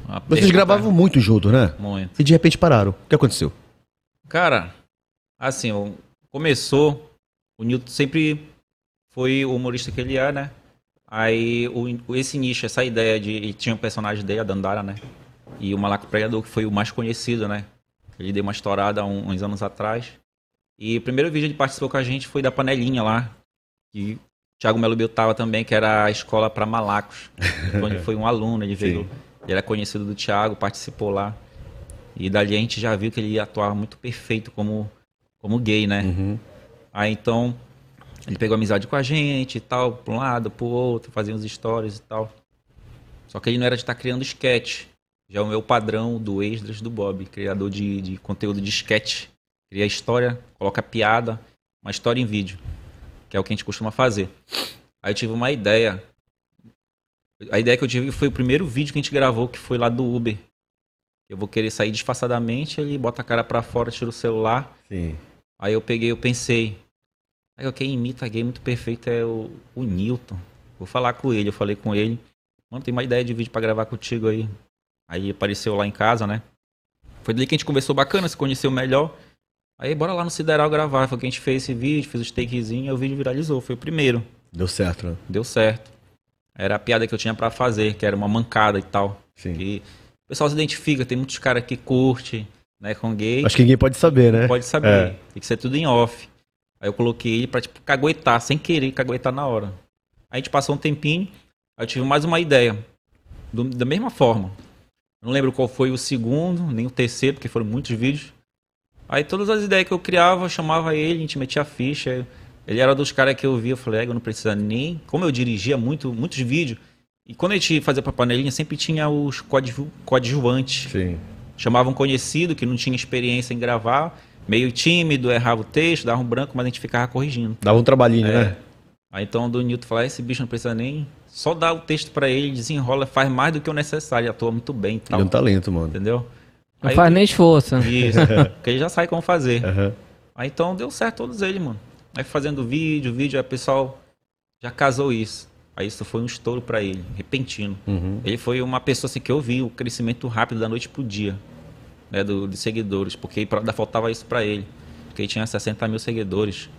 Vocês gravavam muito junto, né? Muito. E de repente pararam. O que aconteceu? Cara, assim, começou, o Newton sempre foi o humorista que ele é, né? Aí esse nicho, essa ideia de... Ele tinha um personagem dele, a Dandara, né? E o Malaco Pregador, que foi o mais conhecido, né? Ele deu uma estourada uns anos atrás. E o primeiro vídeo que ele participou com a gente foi da panelinha lá. Que o Thiago Melo Bill tava também, que era a escola para malacos. Onde foi um aluno, ele veio... Ele era conhecido do Thiago, participou lá. E dali a gente já viu que ele atuava muito perfeito como gay, né? Uhum. Aí então, ele pegou amizade com a gente e tal, pra um lado, pro outro, fazia uns stories e tal. Só que ele não era de estar criando sketch. Já é o meu padrão do Esdras do Bob, criador de conteúdo de sketch. Cria história, coloca piada, uma história em vídeo, que é o que a gente costuma fazer. Aí eu tive uma ideia. A ideia que eu tive foi o primeiro vídeo que a gente gravou, que foi lá do Uber. Eu vou querer sair disfarçadamente, ele bota a cara pra fora, tira o celular. Sim. Aí eu pensei. Aí quem imita gay muito perfeito é o Newton. Vou falar com ele, eu falei com ele. Mano, tem uma ideia de vídeo pra gravar contigo aí. Aí ele apareceu lá em casa, né? Foi dali que a gente conversou bacana, se conheceu melhor. Aí bora lá no Sideral gravar. Foi que a gente fez esse vídeo, fez os takezinhos, e o vídeo viralizou. Foi o primeiro. Deu certo, né? Deu certo. Era a piada que eu tinha pra fazer, que era uma mancada e tal. Sim. E o pessoal se identifica, tem muitos caras que curte, né, com gay. Acho que ninguém pode saber, né? Pode saber. Tem que ser tudo em off. Aí eu coloquei ele pra, tipo, caguetar, sem querer, caguetar na hora. Aí a gente passou um tempinho, aí eu tive mais uma ideia. Da mesma forma. Não lembro qual foi o segundo, nem o terceiro, porque foram muitos vídeos. Aí todas as ideias que eu criava, eu chamava ele, a gente metia a ficha. Ele era dos caras que eu via, eu falei, eu não precisa nem... Como eu dirigia muitos vídeos, e quando a gente fazia pra panelinha, sempre tinha os coadjuvantes. Sim. Chamava um conhecido que não tinha experiência em gravar, meio tímido, errava o texto, dava um branco, mas a gente ficava corrigindo. Dava um trabalhinho, né? Aí então do Newton falou, esse bicho não precisa nem... Só dá o texto pra ele, desenrola, faz mais do que o necessário, ele atua muito bem e tal. Ele é um talento, mano. Entendeu? Não faz nem esforço. Isso, porque ele já sabe como fazer. Uhum. Aí então deu certo todos eles, mano. Aí fazendo vídeo, aí o pessoal já casou isso. Aí isso foi um estouro pra ele, repentino. Uhum. Ele foi uma pessoa assim que eu vi o crescimento rápido da noite pro dia, né, de seguidores, porque ainda faltava isso pra ele. Porque ele tinha 60 mil seguidores.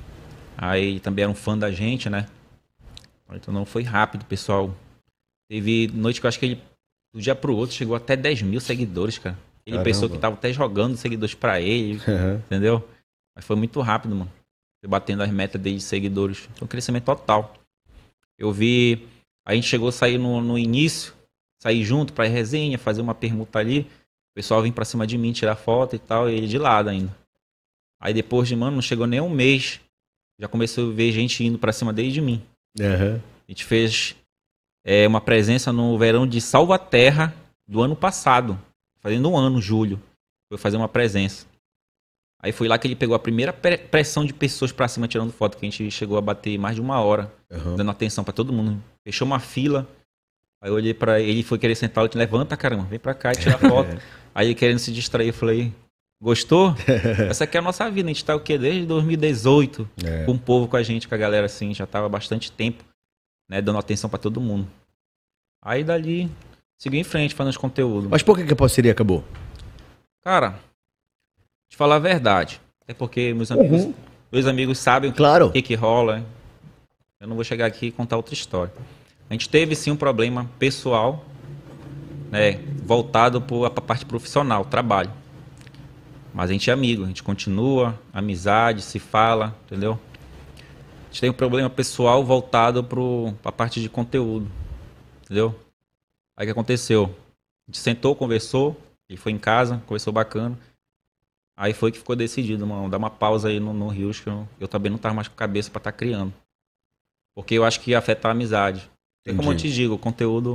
Aí ele também era um fã da gente, né? Então não foi rápido, pessoal. Teve noite que eu acho que ele, do dia pro outro, chegou até 10 mil seguidores, cara. Ele Caramba. pensou que tava até jogando seguidores pra ele, entendeu? Mas foi muito rápido, mano. Foi batendo as metas dele de seguidores. Foi um crescimento total. Eu vi... A gente chegou a sair no início, sair junto pra resenha, fazer uma permuta ali. O pessoal vinha pra cima de mim, tirar foto e tal, e ele de lado ainda. Aí depois de, mano, não chegou nem um mês. Já começou a ver gente indo pra cima dele de mim. Uhum. A gente fez uma presença no verão de Salvaterra do ano passado. Fazendo um ano, julho. Foi fazer uma presença. Aí foi lá que ele pegou a primeira pressão de pessoas pra cima tirando foto. Que a gente chegou a bater mais de 1 hora. Dando atenção pra todo mundo. Fechou uma fila. Aí eu olhei pra ele, foi querer sentar. Eu disse, levanta, caramba, vem pra cá e tira foto. Aí ele querendo se distrair, eu falei, gostou? Essa aqui é a nossa vida. A gente tá o quê? Desde 2018. Com o povo, com a gente, com a galera assim. Já tava há bastante tempo, né? Dando atenção pra todo mundo. Aí dali, segui em frente, fazendo os conteúdos. Mas por que a parceria acabou? Cara, te falar a verdade. Até porque meus amigos sabem Claro. o que rola. Hein? Eu não vou chegar aqui e contar outra história. A gente teve sim um problema pessoal, né? Voltado para a parte profissional, trabalho. Mas a gente é amigo, a gente continua, amizade, se fala, entendeu? A gente tem um problema pessoal voltado para a parte de conteúdo, entendeu? Aí o que aconteceu? A gente sentou, conversou, ele foi em casa, conversou bacana. Aí foi que ficou decidido, mano, dar uma pausa aí no Rio, que eu também não tava mais com cabeça pra estar criando. Porque eu acho que ia afetar a amizade. E como eu te digo, o conteúdo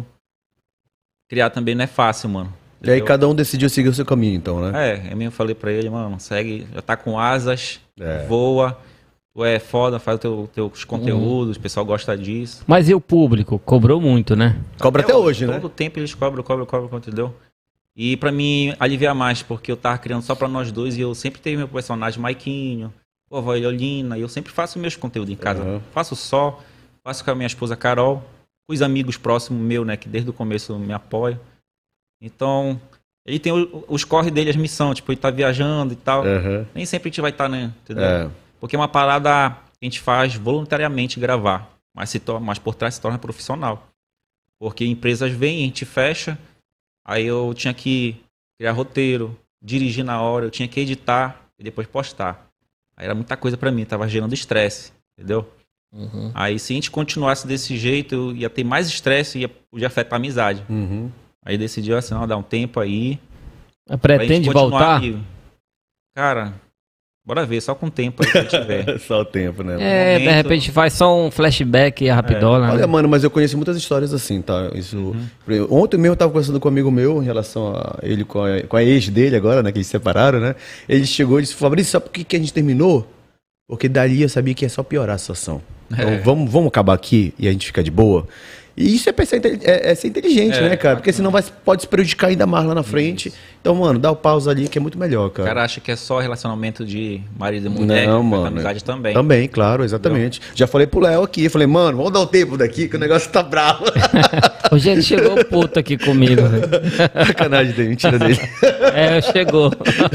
criar também não é fácil, mano. E aí cada um decidiu seguir o seu caminho, então, né? Eu mesmo falei pra ele, mano, segue, já tá com asas, voa, tu é foda, faz os teus conteúdos, o pessoal gosta disso. Mas e o público? Cobrou muito, né? Cobra até hoje, né? Todo tempo eles cobram, entendeu? E pra mim aliviar mais, porque eu tava criando só pra nós dois e eu sempre tenho meu personagem Maiquinho, vovó Eliolina, e eu sempre faço meus conteúdos em casa. Faço só, faço com a minha esposa Carol, com os amigos próximos meus, né, que desde o começo me apoiam. Então, ele tem os corre dele, as missões, tipo, ele tá viajando e tal. Nem sempre a gente vai estar, né? Entendeu? Porque é uma parada que a gente faz voluntariamente gravar, mas por trás se torna profissional. Porque empresas vêm, a gente fecha, aí eu tinha que criar roteiro, dirigir na hora, eu tinha que editar e depois postar. Aí era muita coisa pra mim, tava gerando estresse, entendeu? Aí se a gente continuasse desse jeito, eu ia ter mais estresse e podia afetar a amizade. Aí decidiu assim, não, dá um tempo aí. Pretende voltar? Amigo. Cara, bora ver, só com o tempo aí que eu tiver. Só o tempo, né? De repente faz só um flashback rapidola. Olha, mano, mas eu conheci muitas histórias assim, tá? Isso. Ontem mesmo eu tava conversando com um amigo meu em relação a ele com a ex dele agora, né? Que eles se separaram, né? Ele chegou e disse, Fabrício, sabe por que a gente terminou? Porque dali eu sabia que ia só piorar a situação. Então vamos acabar aqui e a gente fica de boa. E isso é ser inteligente, né, cara? Porque senão pode se prejudicar ainda mais lá na frente. Isso. Então, mano, dá o pausa ali que é muito melhor, cara. O cara acha que é só relacionamento de marido e mulher, não, mano, amizade também. Também, claro, exatamente. Entendeu? Já falei pro Léo aqui, falei, mano, vamos dar um tempo daqui que o negócio tá bravo. Hoje ele chegou puto aqui comigo. Sacanagem dele, mentira dele. Chegou.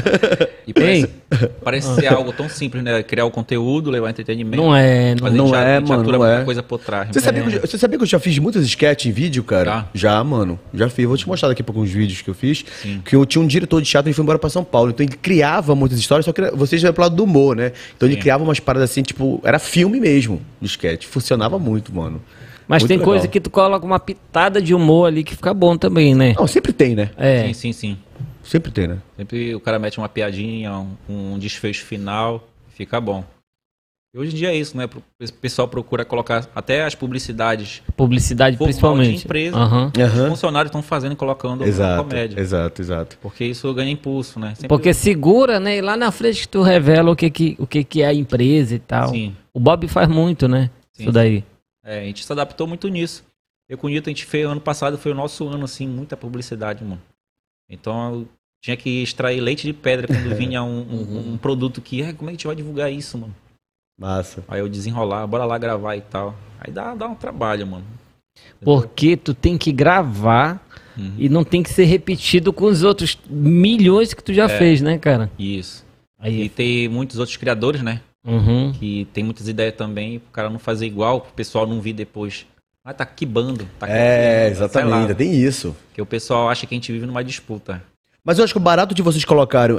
E parece ser algo tão simples, né? Criar o conteúdo, levar entretenimento. Não é, mano, não é. Coisa por trás. Você sabia que eu já fiz muitas sketches em vídeo, cara? Já, mano. Já fiz. Vou te mostrar daqui pra alguns vídeos que eu fiz. Sim. Que eu tinha um diretor de teatro e foi embora pra São Paulo. Então ele criava muitas histórias, só que vocês já pro lado do humor, né? Então ele criava umas paradas assim, tipo, era filme mesmo, o sketch. Funcionava muito, mano. Mas muito tem legal. Coisa que tu coloca uma pitada de humor ali que fica bom também, né? Não, sempre tem, né? Sim. Sempre tem, né? Sempre o cara mete uma piadinha, um desfecho final, fica bom. E hoje em dia é isso, né? O pessoal procura colocar até as publicidades. Publicidade principalmente. De empresa. Os funcionários estão fazendo e colocando na comédia. Exato. Porque isso ganha impulso, né? Sempre... Porque segura, né? E lá na frente que tu revela o que é a empresa e tal. Sim. O Bob faz muito, né? Sim, isso daí. A gente se adaptou muito nisso. Eu com o Nito, a gente fez, ano passado foi o nosso ano, assim, muita publicidade, mano. Então eu tinha que extrair leite de pedra quando vinha um produto que, como é que a gente vai divulgar isso, mano? Massa. Aí eu desenrolar, bora lá gravar e tal. Aí dá um trabalho, mano. Porque tu tem que gravar e não tem que ser repetido com os outros milhões que tu já fez, né, cara? Isso. Aí tem muitos outros criadores, né? Que tem muitas ideias também, pro cara não fazer igual, pro pessoal não vir depois. Ah, tá quibando. Exatamente, tem isso. Porque o pessoal acha que a gente vive numa disputa. Mas eu acho que o barato de vocês colocarem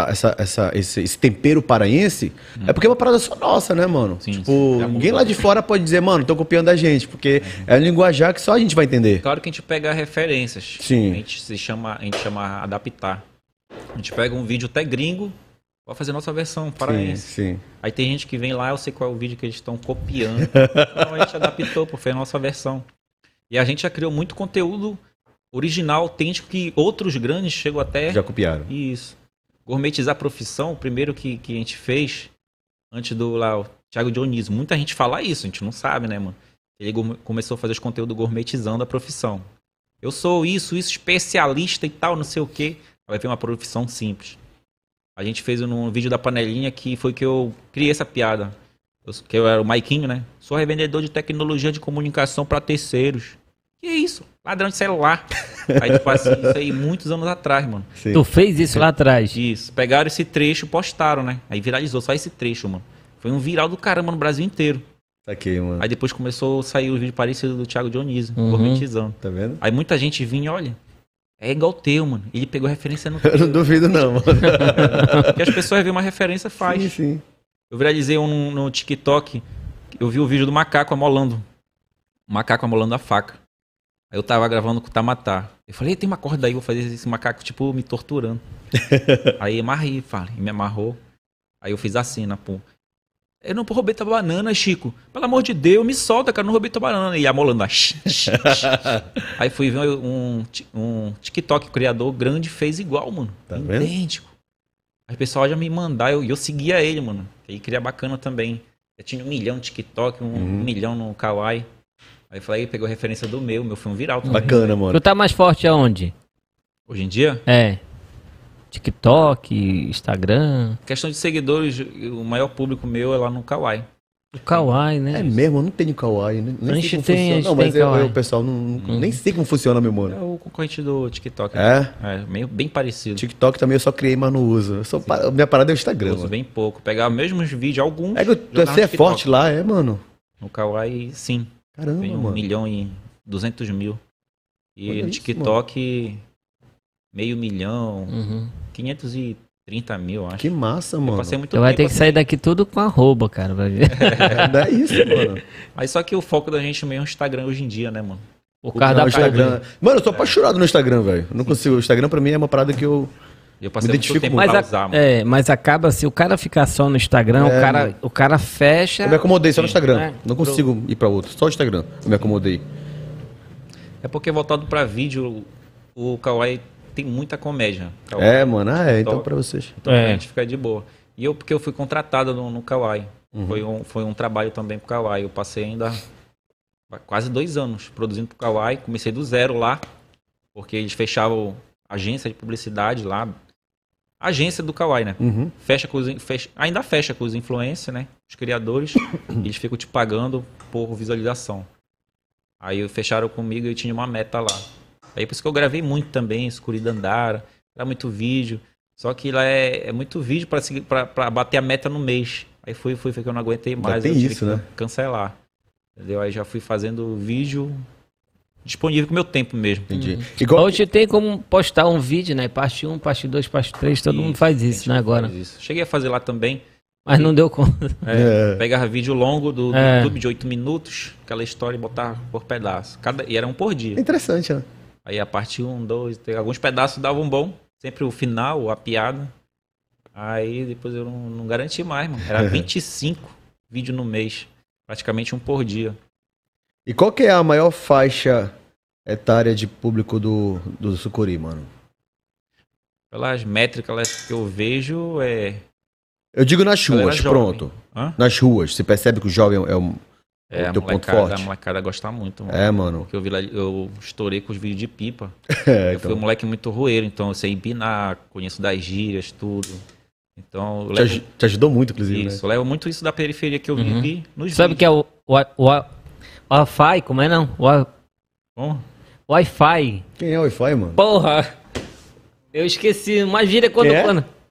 esse tempero paraense é porque é uma parada só nossa, né, mano? Sim, tipo, ninguém lá de fora pode dizer, mano, tô copiando a gente, porque é um linguajar que só a gente vai entender. Claro que a gente pega referências. Sim. A gente chama adaptar. A gente pega um vídeo até gringo, vai fazer nossa versão paraense. Sim. Aí tem gente que vem lá, eu sei qual é o vídeo que eles estão copiando. Então a gente adaptou, fez a nossa versão. E a gente já criou muito conteúdo original, autêntico, que outros grandes chegam até... Já copiaram. Isso. Gourmetizar a profissão, o primeiro que a gente fez, antes do lá, o Thiago Dionísio. Muita gente fala isso, a gente não sabe, né, mano? Ele começou a fazer os conteúdos gourmetizando a profissão. Eu sou isso, especialista e tal, não sei o quê. Vai ter uma profissão simples. A gente fez um vídeo da panelinha que foi que eu criei essa piada. Que eu era o Maiquinho, né? Sou revendedor de tecnologia de comunicação para terceiros. Que isso? Ladrão de celular. Aí eu passei isso aí muitos anos atrás, mano. Sim. Tu fez isso lá atrás? Isso. Pegaram esse trecho, postaram, né? Aí viralizou só esse trecho, mano. Foi um viral do caramba no Brasil inteiro. Saquei, mano. Aí depois começou a sair o vídeo parecido do Thiago Dionísio, gourmetizando. Tá vendo? Aí muita gente vinha, olha, é igual o teu, mano. Ele pegou referência no Eu não duvido não, mano. Porque as pessoas veem uma referência, faz. Sim. Eu viralizei no TikTok, eu vi o vídeo do macaco amolando. O macaco amolando a faca. Aí eu tava gravando com o Tamatá. Eu falei, tem uma corda aí, vou fazer esse macaco, tipo, me torturando. Aí amarrei, e me amarrou. Aí eu fiz assim, pô. Eu não roubei tua banana, Chico. Pelo amor de Deus, me solta, cara, eu não roubei tua banana. E amolando. Aí fui ver um TikTok, o criador grande fez igual, mano. Tá vendo? Idêntico. Aí o pessoal já me mandar, eu seguia ele, mano. Ele queria bacana também. Eu tinha 1 milhão no TikTok, 1 milhão no Kawaii. Aí eu falei, pegou referência do meu foi um viral também. Bacana, mano. Tu tá mais forte aonde? Hoje em dia? TikTok, Instagram. Questão de seguidores, o maior público meu é lá no Kawaii. O Kawaii, né? É mesmo, eu não tenho Kawaii, né? Nem A sei gente como tem, funciona. a gente Não, tem mas Kawaii. o pessoal nem sei como funciona, meu É mano. o concorrente do TikTok. É? Meio bem parecido. TikTok também eu só criei, mas não uso. Minha parada é o Instagram, Uso mano. bem pouco. Pegar os mesmos vídeos, alguns. É que jogar no você é TikTok. forte lá, é, mano? No Kawaii, sim. Caramba, Tem 1 mano. milhão e 200 mil. E Olha no isso, TikTok, meio milhão, Uhum. 530 mil, acho. Que massa, Eu mano. passei muito Você vai tempo ter que assim. sair daqui tudo com arroba, cara, pra ver. Não é isso, mano. Mas só que o foco da gente mesmo é o Instagram hoje em dia, né, mano? O cara Não, da o Instagram. Mano, eu tô apaixonado no Instagram, velho. Eu não consigo. O Instagram pra mim é uma parada que eu. Eu passei Me muito identifico tempo muito. pra Mas, usar, mano. mas acaba se o cara ficar só no Instagram, É, mano. o cara fecha. Eu me acomodei só no Instagram. É. Não consigo ir pra outro. Só o Instagram. Eu me acomodei. É porque voltado pra vídeo, o Kawaii tem muita comédia. É, mano. Ah, é. Então Top. pra vocês. Então É. a gente fica de boa. E porque eu fui contratado no Kawaii. Foi um trabalho também pro Kawaii. Eu passei ainda quase 2 anos produzindo pro Kawaii. Comecei do zero lá, porque eles fechavam agência de publicidade lá. Agência do Kawaii, né? Uhum. Ainda fecha com os influencers, né? Os criadores. Eles ficam te pagando por visualização. Aí fecharam comigo e eu tinha uma meta lá. Aí por isso que eu gravei muito também, Escuridandara. Era muito vídeo. Só que lá é muito vídeo pra bater a meta no mês. Aí foi que eu não aguentei mais. tem eu tive isso, que né? cancelar. Entendeu? Aí já fui fazendo vídeo disponível com o meu tempo mesmo. Entendi. Igual. Hoje tem como postar um vídeo, né? Parte 1, parte 2, parte 3, todo mundo faz isso, né? Agora. Faz isso. Cheguei a fazer lá também. Mas não deu conta. Pegava vídeo longo do É. YouTube de 8 minutos, aquela história e botava por pedaço. E era um por É dia. interessante, né? Aí a parte 1, 2, 3, alguns pedaços davam bom. Sempre o final, a piada. Aí depois eu não garanti mais, mano. Era 25 vídeos no mês. Praticamente um por dia. E qual que é a maior faixa etária de público do Sucuri, mano? Pelas métricas que eu vejo, Eu digo nas galera ruas, jovem. pronto. Hã? Nas ruas. Você percebe que o jovem é o A teu ponto molecada, forte? a molecada gosta muito, mano. É, mano. Porque eu estourei com os vídeos de pipa. É, Eu fui um então. moleque muito roeiro, então eu sei empinar, conheço das gírias, tudo. Então, eu levo Te ajudou muito, inclusive, isso. Eu levo muito isso da periferia que eu vivi nos Sabe o que é o Wi-Fi? Como é não? Bom, Wi-Fi. né? Quem é o Wi-Fi, mano? Porra! Eu esqueci. Mas vira quando. Quem é?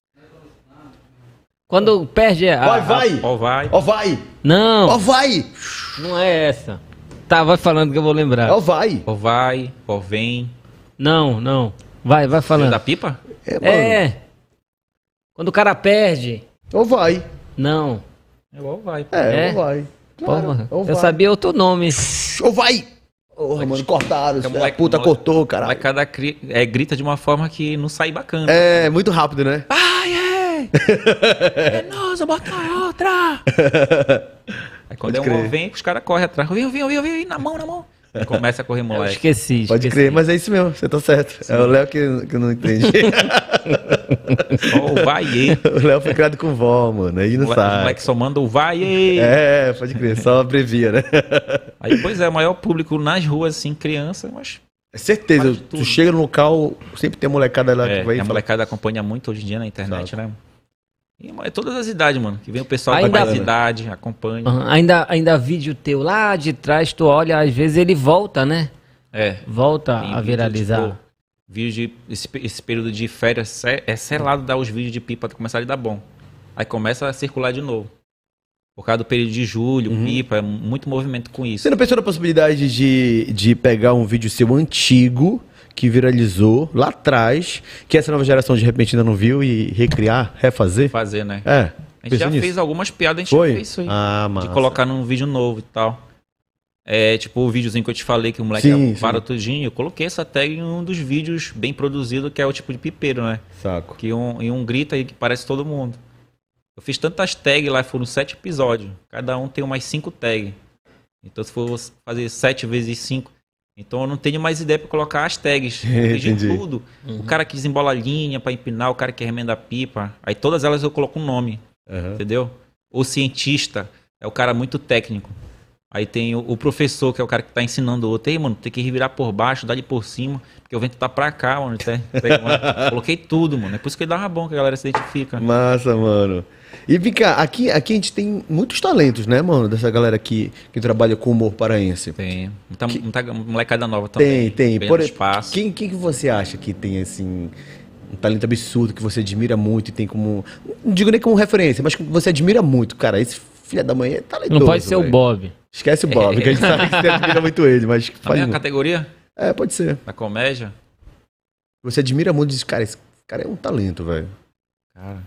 Quando perde a. Vai! ó, vai. Ó, vai! Não, Ó, vai! não é essa. Tá, vai falando que eu vou lembrar. Ó, vai! Ó, vai, ó, vem. Não. Vai Filho falando. da pipa? É, mano. É. Quando o cara perde. Ó, vai! Não. É, ó, vai. É, É? ó, vai. Porra, ó, eu vai. sabia outro nome. Ó, vai! Porra, mano, cortaram. Fica A moleque- puta moleque- cortou, A caralho. molecada grita de uma forma que não sai bacana. É, muito rápido, né? Ai, é! Nossa, bota outra! Aí quando Pode é um crer. ó, vem, os caras correm atrás. Vem, na mão. Aí começa a correr Eu moleque. esqueci. Pode crer, mas é isso mesmo, você tá certo. É o Léo que não entende. Só o vai, e. O Léo foi criado com vó, mano, aí não O sabe. moleque só manda o vai, e. É, pode crer, só abrevia, né? Aí, pois é, o maior público nas ruas, assim, criança, mas. É certeza, Faz de tu tudo. chega no local, sempre tem a molecada lá É, que vai a falar. molecada acompanha muito hoje em dia na internet, Sabe. né? E, é todas as idades, mano. Que vem o pessoal Ainda- da mais idade, acompanha. Aham, ainda vídeo teu lá de trás, tu olha, às vezes ele volta, né? É. Volta Tem a vídeo, viralizar. tipo, vídeo de. Esse período de férias é selado dar os vídeos de pipa pra começar a dar bom. Aí começa a circular de novo. Por causa do período de julho, pipa, é muito movimento com isso. Você não pensou na possibilidade de pegar um vídeo seu antigo, que viralizou lá atrás, que essa nova geração de repente ainda não viu, e recriar, refazer? Fazer, né? É. A gente pensou já nisso? fez algumas piadas, a gente Foi? já fez isso aí. Ah, De massa. colocar num vídeo novo e tal. É, tipo o videozinho que eu te falei que o moleque Sim, para sim. tudinho. Eu coloquei essa tag em um dos vídeos bem produzido, que é o tipo de pipeiro, né? Saco. Que um grita aí que parece todo mundo. Eu fiz tantas tags lá, foram 7 episódios. Cada um tem umas 5 tags. Então se for fazer 7 vezes 5. Então eu não tenho mais ideia pra colocar as tags. Eu fiz de Entendi. tudo. O cara que desembola a linha pra empinar, o cara que remenda a pipa. Aí todas elas eu coloco um nome. Aham. Entendeu? O cientista é o cara muito técnico. Aí tem o professor, que é o cara que tá ensinando o outro. Ei, mano, tem que revirar por baixo, dar de por cima, porque o vento tá pra cá, mano. Coloquei tudo, mano. É por isso que dava bom, que a galera se identifica. Massa, mano. E vem cá, aqui a gente tem muitos talentos, né, mano? Dessa galera aqui que trabalha com humor paraense. Tem. Muita molecada nova também. Tem. Por espaço. Quem que você acha que tem, assim, um talento absurdo, que você admira muito e tem como... Não digo nem como referência, mas que você admira muito, cara. Esse filho da mãe é talentoso. Não pode ser véio. o Bob. Esquece o Bob, que a gente sabe que você admira muito ele, mas... A mesma categoria? É, pode ser. Da comédia? Você admira muito e diz, cara, esse cara é um talento, velho. Cara...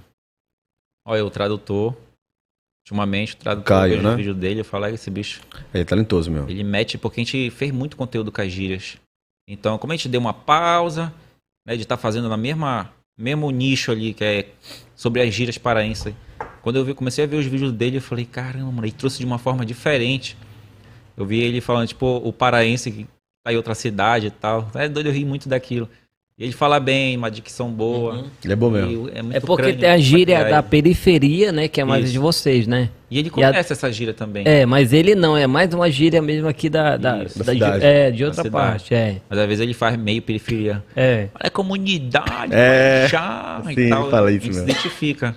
Olha, o tradutor... Ultimamente, o tradutor, Caio, eu vejo né? o vídeo dele, eu falo, esse bicho... Ele é talentoso mesmo. Ele mete, porque a gente fez muito conteúdo com as gírias. Então, como a gente deu uma pausa, né, de estar fazendo na mesmo nicho ali, que é sobre as gírias paraenses. Quando eu comecei a ver os vídeos dele, eu falei, caramba, mano, ele trouxe de uma forma diferente. Eu vi ele falando, tipo, o paraense que tá em outra cidade e tal. É doido, eu ri muito daquilo. E ele fala bem, uma dicção boa. Ele é bom mesmo. É porque crânio tem a pra gíria criar da ele. periferia, né? Que é mais Isso. de vocês, né? E ele conhece essa gíria também. É, mas ele não, é mais uma gíria mesmo aqui Isso. Da cidade. de outra cidade. parte, Mas às vezes ele faz meio periferia. É. Olha a comunidade, É. e Sim, tal. fala A isso gente se mesmo. identifica.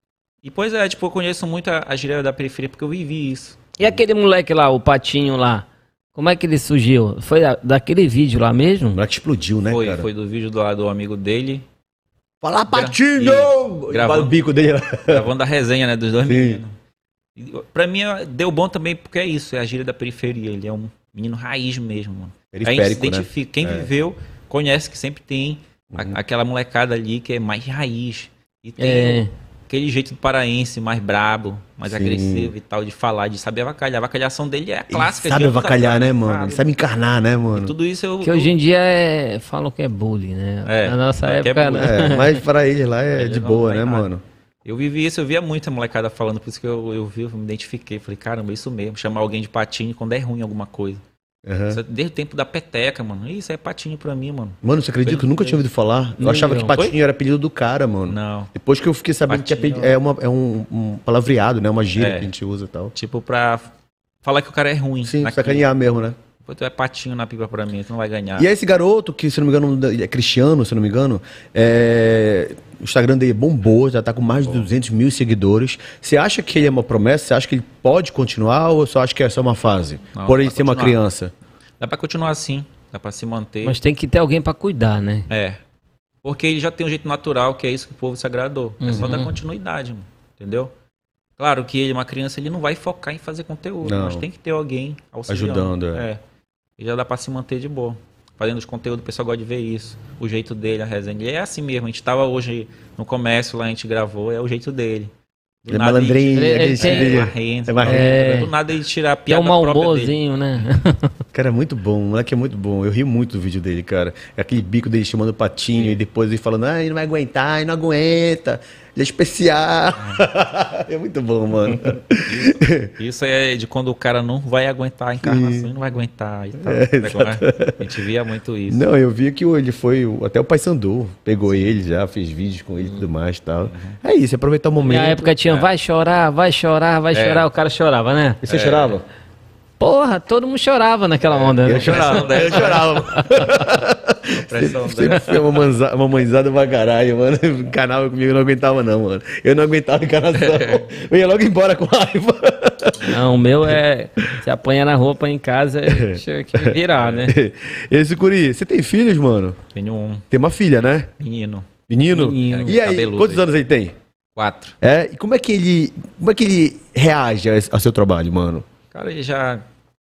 E pois é, tipo, eu conheço muito a gíria da periferia porque eu vivi isso. E aquele moleque lá, o Patinho lá, como é que ele surgiu? Foi daquele vídeo lá O mesmo? moleque explodiu, né, cara? Foi do vídeo do amigo dele, Fala, Patinho! Gravando. O bico dele lá. gravando a resenha, né, dos dois Sim. meninos. E, pra mim, deu bom também porque é isso, é a gíria da periferia. Ele é um menino raiz mesmo, mano. A gente se Periférico, né? identifica. Quem viveu, conhece que sempre tem aquela molecada ali que é mais raiz. E tem aquele jeito do paraense mais brabo, mais Sim. agressivo e tal, de falar, de saber avacalhar. A avacalhação dele é a clássica. Ele sabe de anos avacalhar, atrás, né, mano? sabe? Ele sabe encarnar, né, mano? Tudo isso eu... Que hoje em dia falam que é bullying, né? É, Na nossa que é época, bullying. né? É, mas para ele lá é Ele de não boa, vai né, nada. mano? Eu vivi isso, eu via muita molecada falando, por isso que eu vi, eu me identifiquei. Falei, caramba, é isso mesmo, chamar alguém de patinho quando é ruim alguma coisa. Aham. Isso é desde o tempo da peteca, mano. Isso é patinho pra mim, mano. Mano, você acredita que eu nunca tinha ouvido falar? Eu Nem achava eu. que Patinho era apelido do cara, mano. Não. Depois que eu fiquei sabendo que Patinho. é um palavreado, né? Uma gíria É. que a gente usa e tal. Tipo, pra falar que o cara é ruim. Sim, naquilo. sacanear mesmo, né? Pô, tu é patinho na pipa pra mim, tu não vai ganhar. E aí esse garoto, que se não me engano, ele é cristiano, se não me engano, o Instagram dele bombou, já tá com mais de 200 mil seguidores. Você acha que ele é uma promessa? Você acha que ele pode continuar ou só acha que é só uma fase? Não, Por ele vai ser uma continuar. criança. Dá pra continuar assim, dá pra se manter. Mas tem que ter alguém pra cuidar, né? É. Porque ele já tem um jeito natural, que é isso que o povo se agradou. É só dar continuidade, mano. Entendeu? Claro que ele, uma criança, ele não vai focar em fazer conteúdo, Não. mas tem que ter alguém auxiliando. Ajudando, É. E já dá pra se manter de boa. Fazendo os conteúdos, o pessoal gosta de ver isso. O jeito dele, a resenha. Ele é assim mesmo. A gente tava hoje no comércio lá, a gente gravou, é o jeito dele. Do Ele é nada malandrinho, ele aquele tem- estilo dele. marrento, É marrento. É. Do nada ele tira a Tem piada um mau própria dele. humorzinho, né? Cara, é muito bom, o moleque é muito bom. Eu ri muito do vídeo dele, cara. É aquele bico dele chamando o Patinho e depois ele falando, ele não vai aguentar, ele não aguenta. Ele é especial. É muito bom, mano. Isso é de quando o cara não vai aguentar a encarnação, Sim. ele não vai aguentar e tal. Sabe como é? A gente via muito isso. Não, eu vi que ele foi, até o Paysandu pegou ele já, fez vídeos com ele e tudo mais e tal. É isso, aproveitar o momento. Na época tinha vai chorar, vai chorar, vai chorar. O cara chorava, né? E você chorava? Porra, todo mundo chorava naquela onda, né? Eu chorava, eu chorava. Pressão Sempre foi uma mãezada pra caralho, mano. Encanava comigo, eu não aguentava não, mano. Eu não aguentava encarnação. Eu ia logo embora com raiva. Não, o meu é. Você apanha na roupa em casa, deixa que virar, né? Esse Curi, você tem filhos, mano? Tenho um Tem uma filha, né? menino, Menino? Menino. E aí, Cabeludo quantos aí. anos ele tem? 4. É, e como é que ele reage ao seu trabalho, mano? Cara, ele já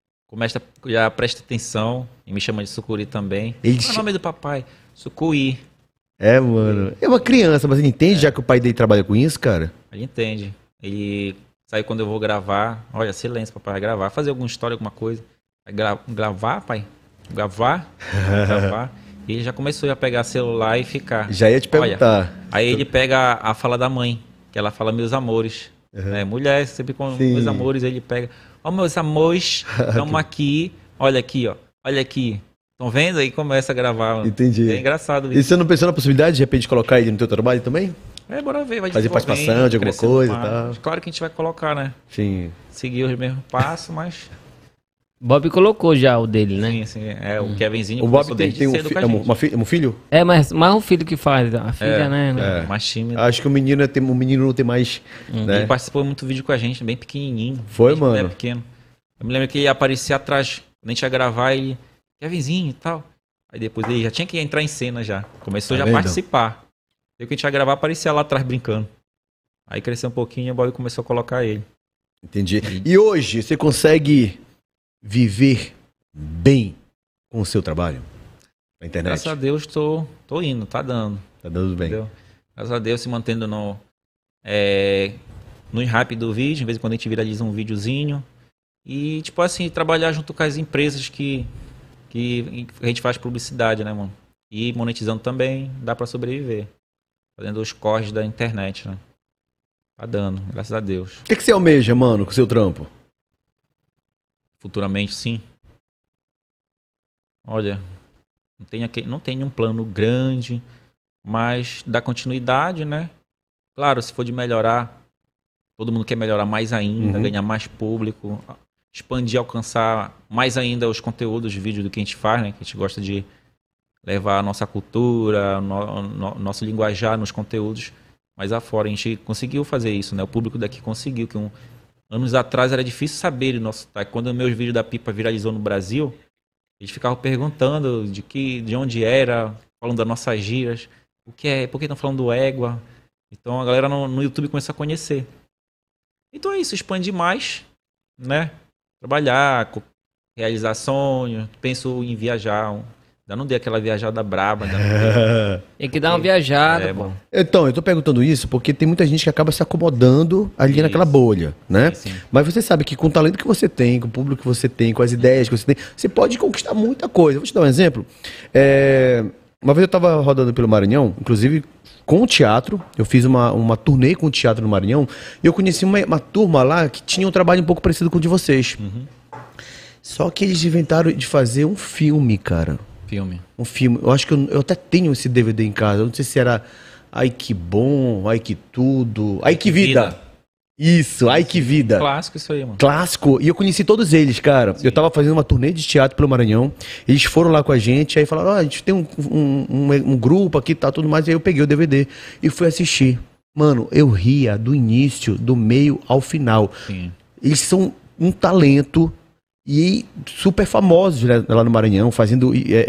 já presta atenção e me chama de Sucuri também. Ele Qual é o nome do papai? Sucuí. É, mano. É uma criança, mas ele entende já que o pai dele trabalha com isso, cara? Ele entende. Ele sai quando eu vou gravar. Olha, silêncio, papai, vai gravar. Fazer alguma história, alguma coisa. Vai gravar, pai? Gravar? Gravar. E ele já começou a pegar celular e ficar. Já ia te perguntar. Aí ele pega a fala da mãe, que ela fala meus amores. Né? Mulher, sempre com Sim. meus amores, ele pega. Ó, meus amores, estamos aqui. Olha aqui, ó. Olha aqui. Estão vendo? Aí começa a gravar. Mano. Entendi. É engraçado E isso. você não pensou na possibilidade de repente colocar ele no teu trabalho também? É, bora ver. Vai Fazer desenvolvendo, participação de alguma crescendo coisa e mais. tal. Claro que a gente vai colocar, né? Sim. Seguir os mesmos passos, mas Bob colocou já o dele, né? Sim, sim. É, o Kevinzinho O Bob começou tem desde um, cedo com a gente. um filho? É, mas mais um filho que faz. A filha, né? Mais tímido. Acho que o menino não tem mais, né? Ele participou muito vídeo com a gente, bem pequenininho. Foi, desde quando mano? era pequeno. Eu me lembro que ele aparecia atrás, quando a gente ia gravar, ele... Kevinzinho e tal. Aí depois ele já tinha que entrar em cena já. Começou Tá já a vendo? participar. E o que a gente ia gravar, aparecia lá atrás brincando. Aí cresceu um pouquinho e o Bob começou a colocar ele. Entendi. E hoje, você consegue viver bem com o seu trabalho? Na internet? Graças a Deus tô indo, tá dando. Tá dando bem. Entendeu? Graças a Deus se mantendo no hype do vídeo, de vez em quando a gente viraliza um videozinho. E, tipo assim, trabalhar junto com as empresas que a gente faz publicidade, né, mano? E monetizando também, dá pra sobreviver. Fazendo os corres da internet, né? Tá dando, graças a Deus. O que você almeja, mano, com o seu trampo? Futuramente, sim. Olha, não tenho um plano grande, mas dá continuidade, né? Claro, se for de melhorar, todo mundo quer melhorar mais ainda, ganhar mais público, expandir, alcançar mais ainda os conteúdos de vídeo do que a gente faz, né? Que a gente gosta de levar a nossa cultura, nosso linguajar nos conteúdos mais afora. A gente conseguiu fazer isso, né? O público daqui conseguiu, que anos atrás era difícil saber o nosso sotaque. Quando o meu vídeo da Pipa viralizou no Brasil, eles ficavam perguntando de onde era, falando das nossas gírias, por que estão falando do égua. Então a galera no YouTube começou a conhecer. Então é isso, expandir mais, né? Trabalhar, realizar sonhos, penso em viajar. Ainda não dei aquela viajada braba. Tem que dar uma viajada, pô. Então, eu tô perguntando isso porque tem muita gente que acaba se acomodando ali naquela bolha, né? Sim. Mas você sabe que com o talento que você tem, com o público que você tem, com as ideias que você tem, você pode conquistar muita coisa. Vou te dar um exemplo. Uma vez eu tava rodando pelo Maranhão, inclusive com o teatro, eu fiz uma turnê com o teatro no Maranhão, e eu conheci uma turma lá que tinha um trabalho um pouco parecido com o de vocês. Só que eles inventaram de fazer um filme, cara. Um filme. Eu acho que eu até tenho esse DVD em casa. Eu não sei se era Ai Que Bom, Ai Que Tudo, Ai Que Vida. Isso, Ai Que Vida. Clássico isso aí, mano. Clássico. E eu conheci todos eles, cara. Sim. Eu tava fazendo uma turnê de teatro pelo Maranhão. Eles foram lá com a gente, aí falaram, a gente tem um grupo aqui, tá, tudo mais. E aí eu peguei o DVD e fui assistir. Mano, eu ria do início, do meio ao final. Sim. Eles são um talento e super famosos, né, lá no Maranhão, fazendo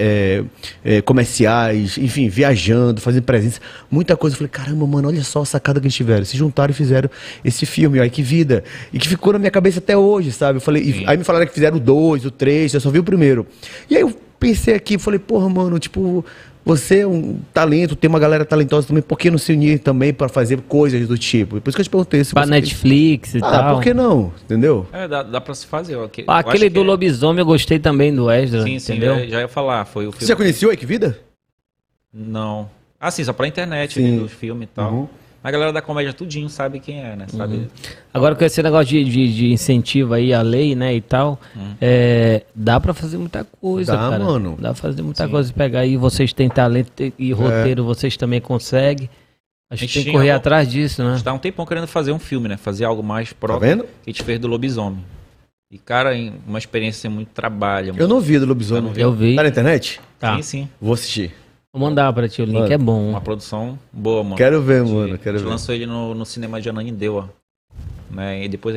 comerciais, enfim, viajando, fazendo presença, muita coisa. Eu falei, caramba, mano, olha só a sacada que eles tiveram. Se juntaram e fizeram esse filme, Ai Que Vida. E que ficou na minha cabeça até hoje, sabe? Eu falei, aí me falaram que fizeram o 2, o 3, eu só vi o primeiro. E aí eu pensei aqui, falei, porra, mano, tipo, você é um talento, tem uma galera talentosa também, por que não se unir também pra fazer coisas do tipo? Por isso que eu te perguntei. Pra Netflix e tal. Por que não? Entendeu? Dá pra se fazer. Aquele do lobisomem eu gostei também do Esdra, sim, entendeu? Já ia falar. Foi o filme. Você já conheceu Ai Que Vida? Não. Ah, sim, só pra internet, dos filmes e tal. A galera da comédia tudinho sabe quem é, né? Sabe? Agora com esse negócio de incentivo aí, a lei, né, e tal, dá pra fazer muita coisa, cara. Mano. Dá pra fazer muita coisa. Pegar aí, vocês têm talento e roteiro, vocês também conseguem. A gente tem que correr atrás disso, né? A gente tá um tempão querendo fazer um filme, né? Fazer algo mais próprio. Tá vendo? Que a gente fez do lobisomem. E, cara, uma experiência sem muito trabalho. Eu não vi do lobisomem. Eu vi. Tá na internet? Tá. Sim, sim. Vou assistir. Vou mandar pra ti o link, é bom. Uma produção boa, mano. Quero ver, mano. A gente lançou ele no cinema de Ananindeua, né? E depois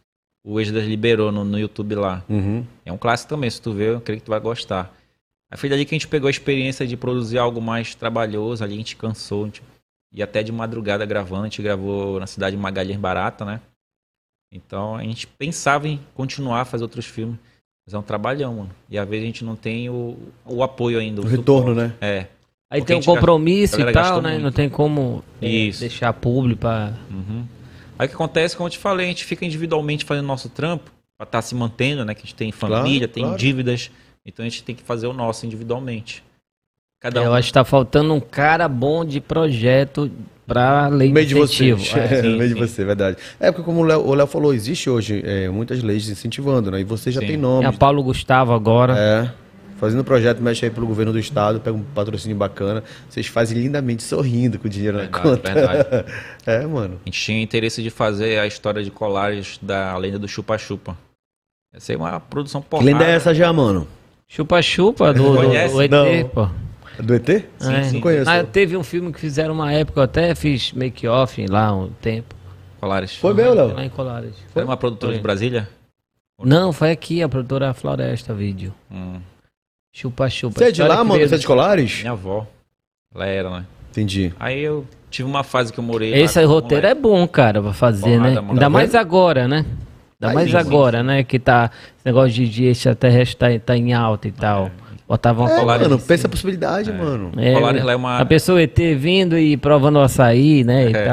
o Esdras liberou no YouTube lá. É um clássico também, se tu ver, eu creio que tu vai gostar. Aí foi dali que a gente pegou a experiência de produzir algo mais trabalhoso, ali a gente cansou, e até de madrugada gravando, a gente gravou na cidade de Magalhães Barata, né? Então a gente pensava em continuar a fazer outros filmes, mas é um trabalhão, mano. E às vezes a gente não tem o apoio ainda. O retorno, né? Aí Porque tem um compromisso e tal, né? muito. Não tem como Isso. deixar público pra... Aí o que acontece, como eu te falei, a gente fica individualmente fazendo nosso trampo, pra estar se mantendo, né? Que a gente tem família, tem dívidas, então a gente tem que fazer o nosso individualmente. Eu acho que tá faltando um cara bom de projeto pra lei de incentivo. No meio de você, verdade. Porque como o Léo falou, existe hoje muitas leis incentivando, né? E você já tem nome. É a Paulo Gustavo agora. Fazendo projeto, mexe aí pelo governo do estado, pega um patrocínio bacana, vocês fazem lindamente sorrindo com o dinheiro na conta. Verdade. Mano. A gente tinha interesse de fazer a história de Colares da lenda do chupa-chupa. Ia ser uma produção Que porrada. lenda é essa já, mano? Chupa-chupa do ET, Não. pô. Do ET? Sim. Não conheço. Teve um filme que fizeram uma época, eu até fiz make-off lá um tempo. Colares. Foi meu, Léo? Lá em Colares. Foi uma produtora de Brasília? Não, foi aqui, a produtora Floresta Vídeo. Chupa-chupa. Você é de lá, mano? Você é de Colares? Minha avó. Ela era, né? Entendi. Aí eu tive uma fase que eu morei Esse lá com roteiro é moleque. bom, cara, pra fazer, Porrada, né? mano. Ainda Tá mais vendo? agora, né? Ainda mais sim, agora, né? Que tá. Esse negócio de extraterrestre tá em alta e tal. Botava uma Colares, Mano, sim. pensa a possibilidade, mano. Colares lá é uma... A pessoa ET vindo e provando o açaí, né? E tal.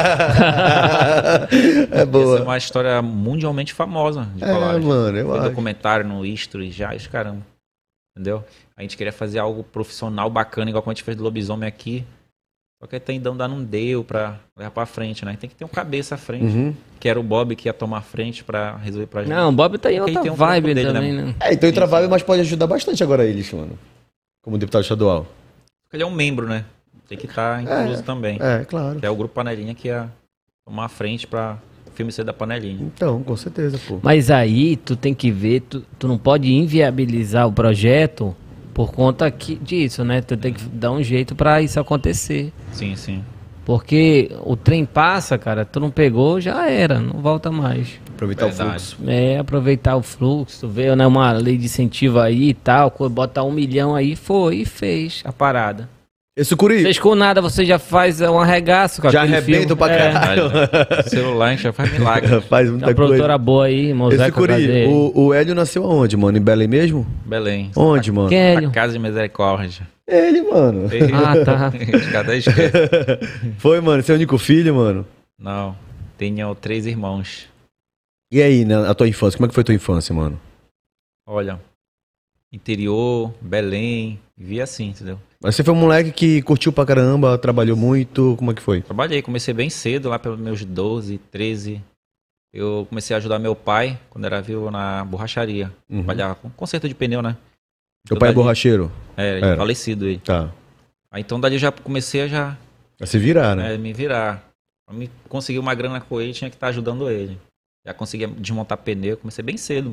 É Essa boa. é uma história mundialmente famosa de É, Colares. mano, eu Foi acho. documentário no History já, os caramba. Entendeu? A gente queria fazer algo profissional, bacana, igual como a gente fez do Lobisomem aqui. Só que até então não deu pra levar pra frente, né? Tem que ter um cabeça à frente. Uhum. Que era o Bob que ia tomar a frente pra resolver pra gente. Não, o Bob tá em Porque outra tem um vibe trampo dele, também, né? né? É, então entra vibe, mas pode ajudar bastante agora eles, mano. Como deputado estadual. Ele é um membro, né? Tem que estar incluso também. É, claro. Que é o grupo Panelinha que ia tomar a frente pra o filme ser da Panelinha. Então, com certeza, pô. Mas aí tu tem que ver, tu não pode inviabilizar o projeto por conta disso, né? Tu tem que dar um jeito pra isso acontecer. Sim, sim. Porque o trem passa, cara, tu não pegou, já era, não volta mais. Aproveitar Verdade. o fluxo. É, aproveitar o fluxo, tu vê, né, uma lei de incentivo aí e tal, bota 1 milhão aí, foi e fez a parada. Esse Curi Fez com nada, você já faz um arregaço com já aquele arrebenta filme. pra caralho. O celular a gente já faz milagre. Faz É, muita uma produtora coisa. boa aí, Esse Mosaico Curi, HD. o Hélio nasceu aonde, mano? Em Belém mesmo? Belém. Onde, mano? Quem é A ele? Casa de Misericórdia. Ele, mano. Ah, tá. De cada esquerda. Foi, mano. Seu único filho, mano? Não. Tenho 3 irmãos. E aí, a tua infância? Como é que foi a tua infância, mano? Olha, interior, Belém, vivia assim, entendeu? Mas você foi um moleque que curtiu pra caramba, trabalhou muito, como é que foi? Trabalhei, comecei bem cedo, lá pelos meus 12, 13. Eu comecei a ajudar meu pai, quando era vivo, na borracharia. Uhum. Trabalhava com conserto de pneu, né? Teu pai é dali- borracheiro? É, Era. falecido ele. Tá. Aí então dali eu já comecei a Vai se virar, né? me virar. Pra me conseguir uma grana com ele, tinha que estar ajudando ele. Já conseguia desmontar pneu, comecei bem cedo.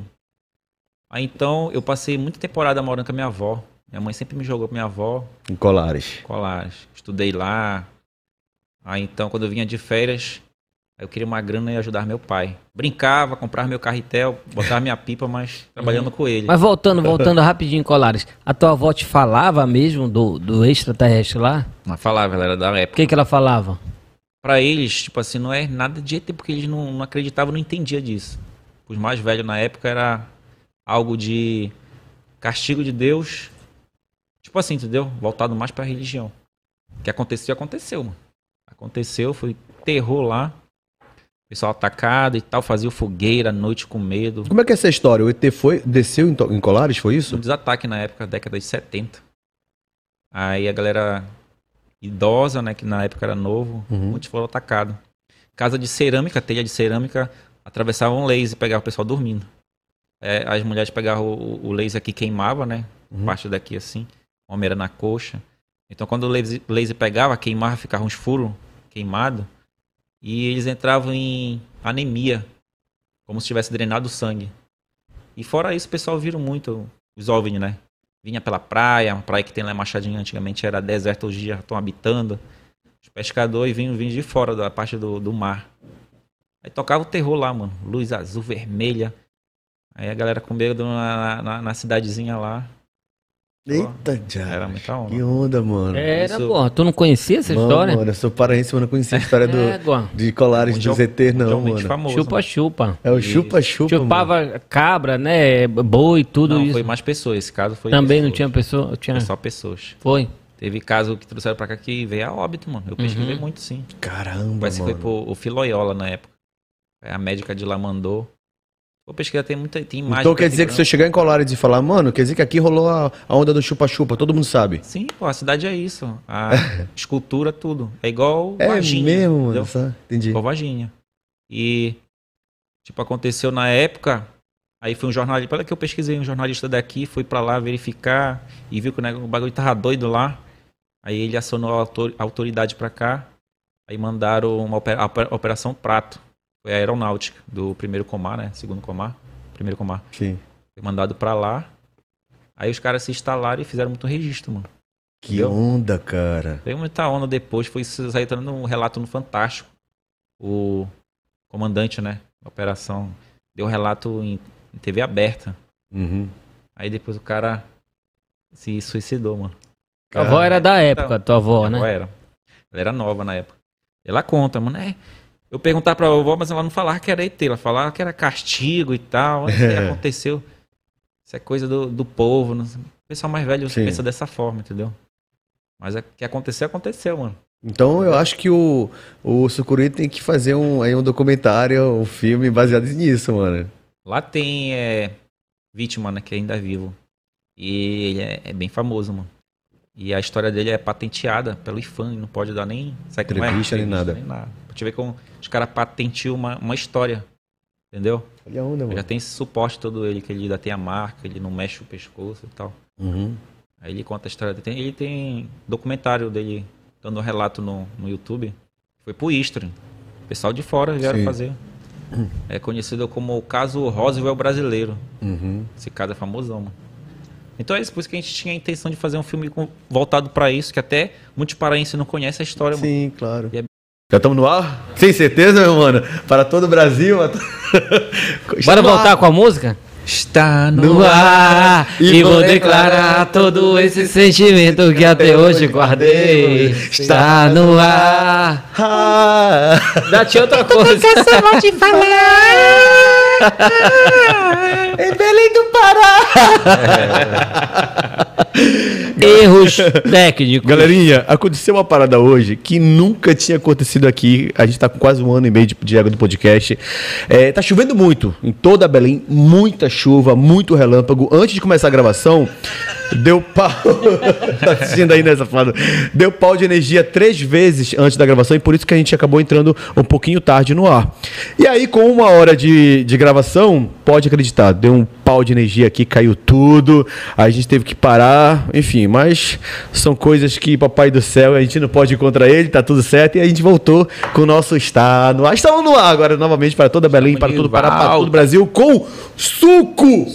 Aí então eu passei muita temporada morando com a minha avó. Minha mãe sempre me jogou com minha avó, Em Colares. Colares. Estudei lá. Aí então, quando eu vinha de férias, eu queria uma grana e ajudar meu pai. Brincava, comprava meu carretel, botava minha pipa, mas trabalhando com ele. Mas voltando rapidinho, Colares. A tua avó te falava mesmo do extraterrestre lá? Mas falava, ela era da O época. que ela falava? Pra eles, tipo assim, não é nada de ET, porque eles não acreditavam, não entendiam disso. Os mais velhos na época era algo de castigo de Deus. Tipo assim, entendeu? Voltado mais pra religião. O que aconteceu, aconteceu, mano. Aconteceu, foi terror lá. Pessoal atacado e tal, fazia fogueira à noite com medo. Como é que é essa história? O ET desceu em Colares, foi Um isso? desataque na época, década de 70. Aí a galera idosa, né, que na época era novo, muitos foram atacados. Casa de cerâmica, telha de cerâmica, atravessavam um laser e pegavam o pessoal dormindo. É, as mulheres pegavam o laser que queimava, né, parte daqui assim, o homem era na coxa. Então quando o laser pegava, queimava, ficava uns furos queimados, e eles entravam em anemia, como se tivesse drenado o sangue. E fora isso, o pessoal viram muito os OVNI, né? Vinha pela praia, uma praia que tem lá em Machadinho, antigamente era deserto, hoje já estão habitando. Os pescadores vinham de fora da parte do mar. Aí tocava o terror lá, mano. Luz azul, vermelha. Aí a galera com medo na cidadezinha lá. Eita, já. Era muita onda. Que onda, mano. Era, Isso- pô. Tu não conhecia essa história? Mano, eu sou paraense, mas não conhecia a história Égua. de Colares dos ET, não, Mundialmente mano. famoso, mano. Chupa-chupa. É o chupa-chupa, mano. Chupava cabra, né? Boi, tudo Não, isso. foi mais pessoas. Esse caso foi Também não pessoas. tinha pessoa? Tinha. Foi só pessoas. Foi. Teve caso que trouxeram pra cá que veio a óbito, mano. Eu pesquisei muito, sim. Caramba, Parece que mano. foi pro Filoiola na época. Aí a médica de lá mandou. Vou pesquisar, tem imagem. Então quer dizer que se eu chegar em Colares e falar, mano, quer dizer que aqui rolou a onda do chupa-chupa, todo mundo sabe. Sim, pô, a cidade é isso. A escultura, tudo. É igual É Varginha. mesmo, mano. entendeu? Só entendi. Igual Varginha. E, tipo, aconteceu na época. Aí foi um jornalista. Olha que eu pesquisei, um jornalista daqui foi pra lá verificar e viu que o bagulho tava doido lá. Aí ele acionou a autoridade pra cá. Aí mandaram a Operação Prato. Foi a aeronáutica do primeiro Comar, né? Segundo Comar. Primeiro Comar. Sim. Foi mandado pra lá. Aí os caras se instalaram e fizeram muito registro, mano. Que onda, cara. Veio muita onda depois, foi sair dando um relato no Fantástico. O comandante, né, da operação, deu um relato em TV aberta. Uhum. Aí depois o cara se suicidou, mano. A avó era da época, tua avó, né? Ela era. Ela era nova na época. Ela conta, mano, eu perguntava pra avó, mas ela não falava que era ET, ela falava que era castigo e tal. Isso aí aconteceu. Isso é coisa do povo. Não sei. O pessoal mais velho pensa dessa forma, entendeu? Mas o que aconteceu, aconteceu, mano. Então eu acho que o Sucuri tem que fazer um documentário, um filme baseado nisso, mano. Lá tem Vítima, né, que ainda é vivo. E ele é bem famoso, mano. E a história dele é patenteada pelo IFAM, não pode dar nem... Entrevista nem nada. Pra te ver como os caras patentiam uma história, entendeu? Olha a onda, mano. Já tem esse suporte todo ele, que ele ainda tem a marca, ele não mexe o pescoço e tal. Uhum. Aí ele conta a história dele. Ele tem documentário dele dando um relato no YouTube. Foi pro History. O pessoal de fora vieram fazer. É conhecido como o caso Roswell brasileiro. Uhum. Esse caso é famosão, mano. Então é isso, por isso que a gente tinha a intenção de fazer um filme voltado pra isso, que até muitos paraenses não conhecem a história, mano. Sim, claro. Já estamos no ar? Sem certeza, meu mano? Para todo o Brasil. Bora voltar com a música? Está No ar, e vou declarar todo esse sentimento que até hoje guardei. Está no ar. Dá-te outra coisa. Pode falar. Em Belém do Pará. Erros técnicos. Galerinha, aconteceu uma parada hoje que nunca tinha acontecido aqui. A gente tá com quase 1 ano e meio de Égua do podcast. Tá chovendo muito em toda Belém, muita chuva, muito relâmpago. Antes de começar a gravação, deu pau. Tá assistindo aí nessa fala? Deu pau de energia 3 vezes antes da gravação e por isso que a gente acabou entrando um pouquinho tarde no ar. E aí, com 1 hora de gravação, pode acreditar, deu um pau de energia aqui, caiu tudo. A gente teve que parar, enfim, mas são coisas que Papai do Céu, a gente não pode ir contra ele, tá tudo certo. E a gente voltou com o nosso Está no Ar. Estamos no ar agora, novamente, para toda Belém, para todo o Pará, para todo o Brasil, com Suco!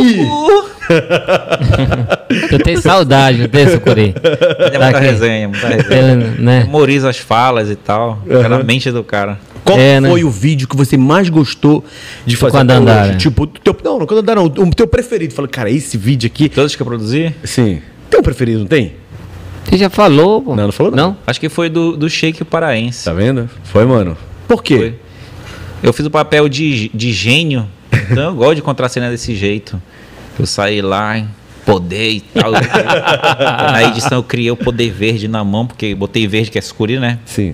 Tu tem saudade, não tem, Sucuri? É muita resenha, muita resenha. Né? Memoriza as falas e tal. Fica na mente do cara. Qual né? foi o vídeo que você mais gostou de fazer Quando até andar, hoje? né? Tipo, não, quando andar não, o teu preferido. Fala, cara, esse vídeo aqui... Todos que eu produzi? Sim. Tem um preferido, não tem? Você já falou, pô. Não falou não. Acho que foi do Shake Paraense. Tá vendo? Foi, mano. Por quê? Foi. Eu fiz o papel de gênio, então eu gosto de contracenar desse jeito. Eu saí lá, poder e tal. Na edição eu criei o poder verde na mão, porque botei verde que é escuro, né? Sim.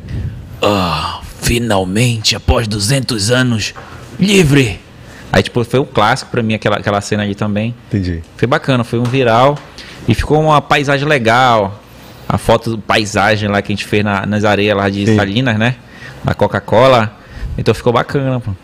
Finalmente, após 200 anos, livre! Aí, tipo, foi um clássico pra mim aquela cena ali também. Entendi. Foi bacana, foi um viral. E ficou uma paisagem legal. A foto do paisagem lá que a gente fez nas areias lá de Salinas, né? Da Coca-Cola. Então ficou bacana, pô.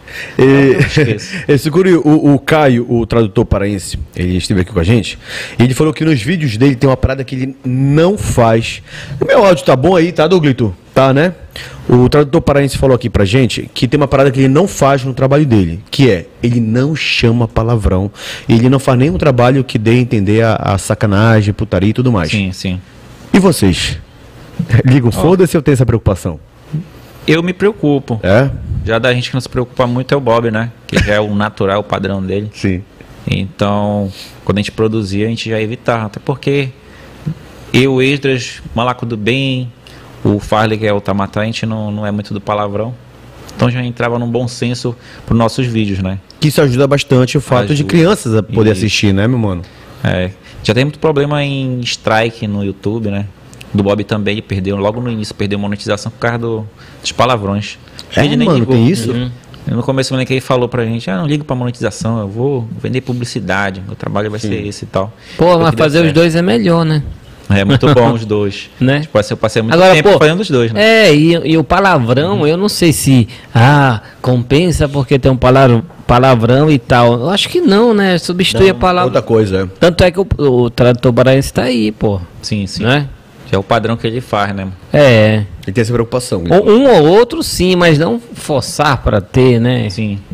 Segure o Caio, o tradutor paraense, ele esteve aqui com a gente. Ele falou que nos vídeos dele tem uma parada que ele não faz. O meu áudio tá bom aí, tá, Douglito? Tá, né? O tradutor paraense falou aqui pra gente que tem uma parada que ele não faz no trabalho dele, que é, ele não chama palavrão, ele não faz nenhum trabalho que dê a entender a sacanagem, putaria e tudo mais. Sim, sim. E vocês? Ligam, foda-se, eu tenho essa preocupação? Eu me preocupo. É? Já da gente que não se preocupa muito é o Bob, né? Que já é o natural, o padrão dele. Sim. Então, quando a gente produzia, a gente já evitava. Até porque eu, Esdras, Malaco do Bem, o Farley, que é o Tamatá, a gente não é muito do palavrão. Então já entrava num bom senso para os nossos vídeos, né? Que isso ajuda bastante o fato de crianças a poder assistir, né, meu mano? Já tem muito problema em strike no YouTube, né? Do Bob também, ele perdeu, logo no início, perdeu monetização por causa dos palavrões. Ele nem ligou. Tem isso? No começo, que ele falou pra gente, não ligo pra monetização, eu vou vender publicidade, meu trabalho vai ser esse e tal. Pô, mas fazer os dois é melhor, né? É muito bom os dois. Né? Tipo, eu passei muito tempo fazendo os dois, né? E o palavrão, eu não sei se compensa porque tem um palavrão e tal. Eu acho que não, né? Substitui a palavra. Outra coisa, Tanto é que o tradutor paraense tá aí, pô. Sim, sim. Né? Que é o padrão que ele faz, né? Ele tem essa preocupação. Um ou outro sim, mas não forçar pra ter, né? Sim.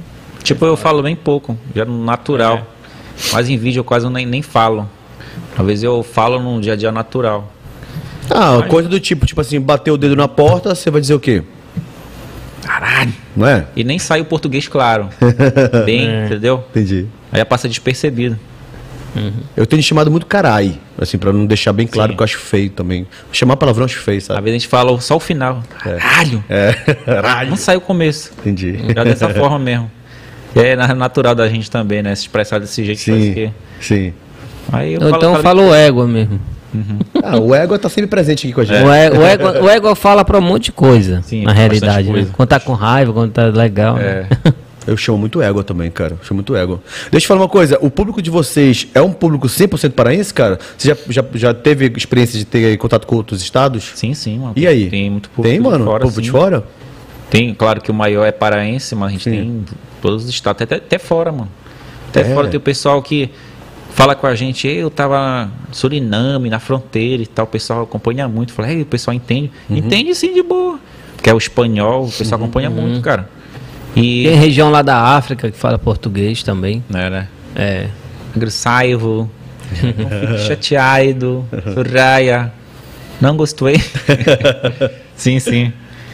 Tipo, eu falo bem pouco, já no natural. Mas em vídeo eu quase nem falo. Às vezes eu falo no dia a dia natural. Coisa do tipo assim, bater o dedo na porta, você vai dizer o quê? Caralho. Não é? E nem sai o português claro. Bem, entendeu? Entendi. Aí passa despercebido. Eu tenho chamado muito carai, assim, pra não deixar bem claro Sim. que eu acho feio também. Chamar palavrão eu acho feio, Às sabe? vezes a gente fala só o final. Caralho. Não sai o começo. Entendi. Já dessa forma mesmo. E é natural da gente também, né? Se expressar desse jeito. Parece que... Sim. Aí eu Então eu falo égua mesmo. O ego tá sempre presente aqui com a gente. O égua fala pra um monte de coisa, Sim, na bastante realidade. Né? coisa. Quando tá com raiva, quando tá legal. É. Né? Eu chamo muito ego também, cara. Eu chamo muito ego. Deixa eu falar uma coisa. O público de vocês é um público 100% paraense, cara? Você já teve experiência de ter contato com outros estados? Sim, mano. E aí? Tem muito público Tem, mano? de fora. Público de sim. fora? Tem, claro que o maior é paraense, mas a gente tem todos os estados, até fora, mano. Até fora tem o pessoal que fala com a gente, eu tava no Suriname, na fronteira e tal, o pessoal acompanha muito. Fala, o pessoal entende. Entende sim, de boa. Porque é o espanhol, o pessoal acompanha muito, cara. E... Tem região lá da África que fala português também. né? É. Agressaivo, chateado, Soraya, não gostei. Sim.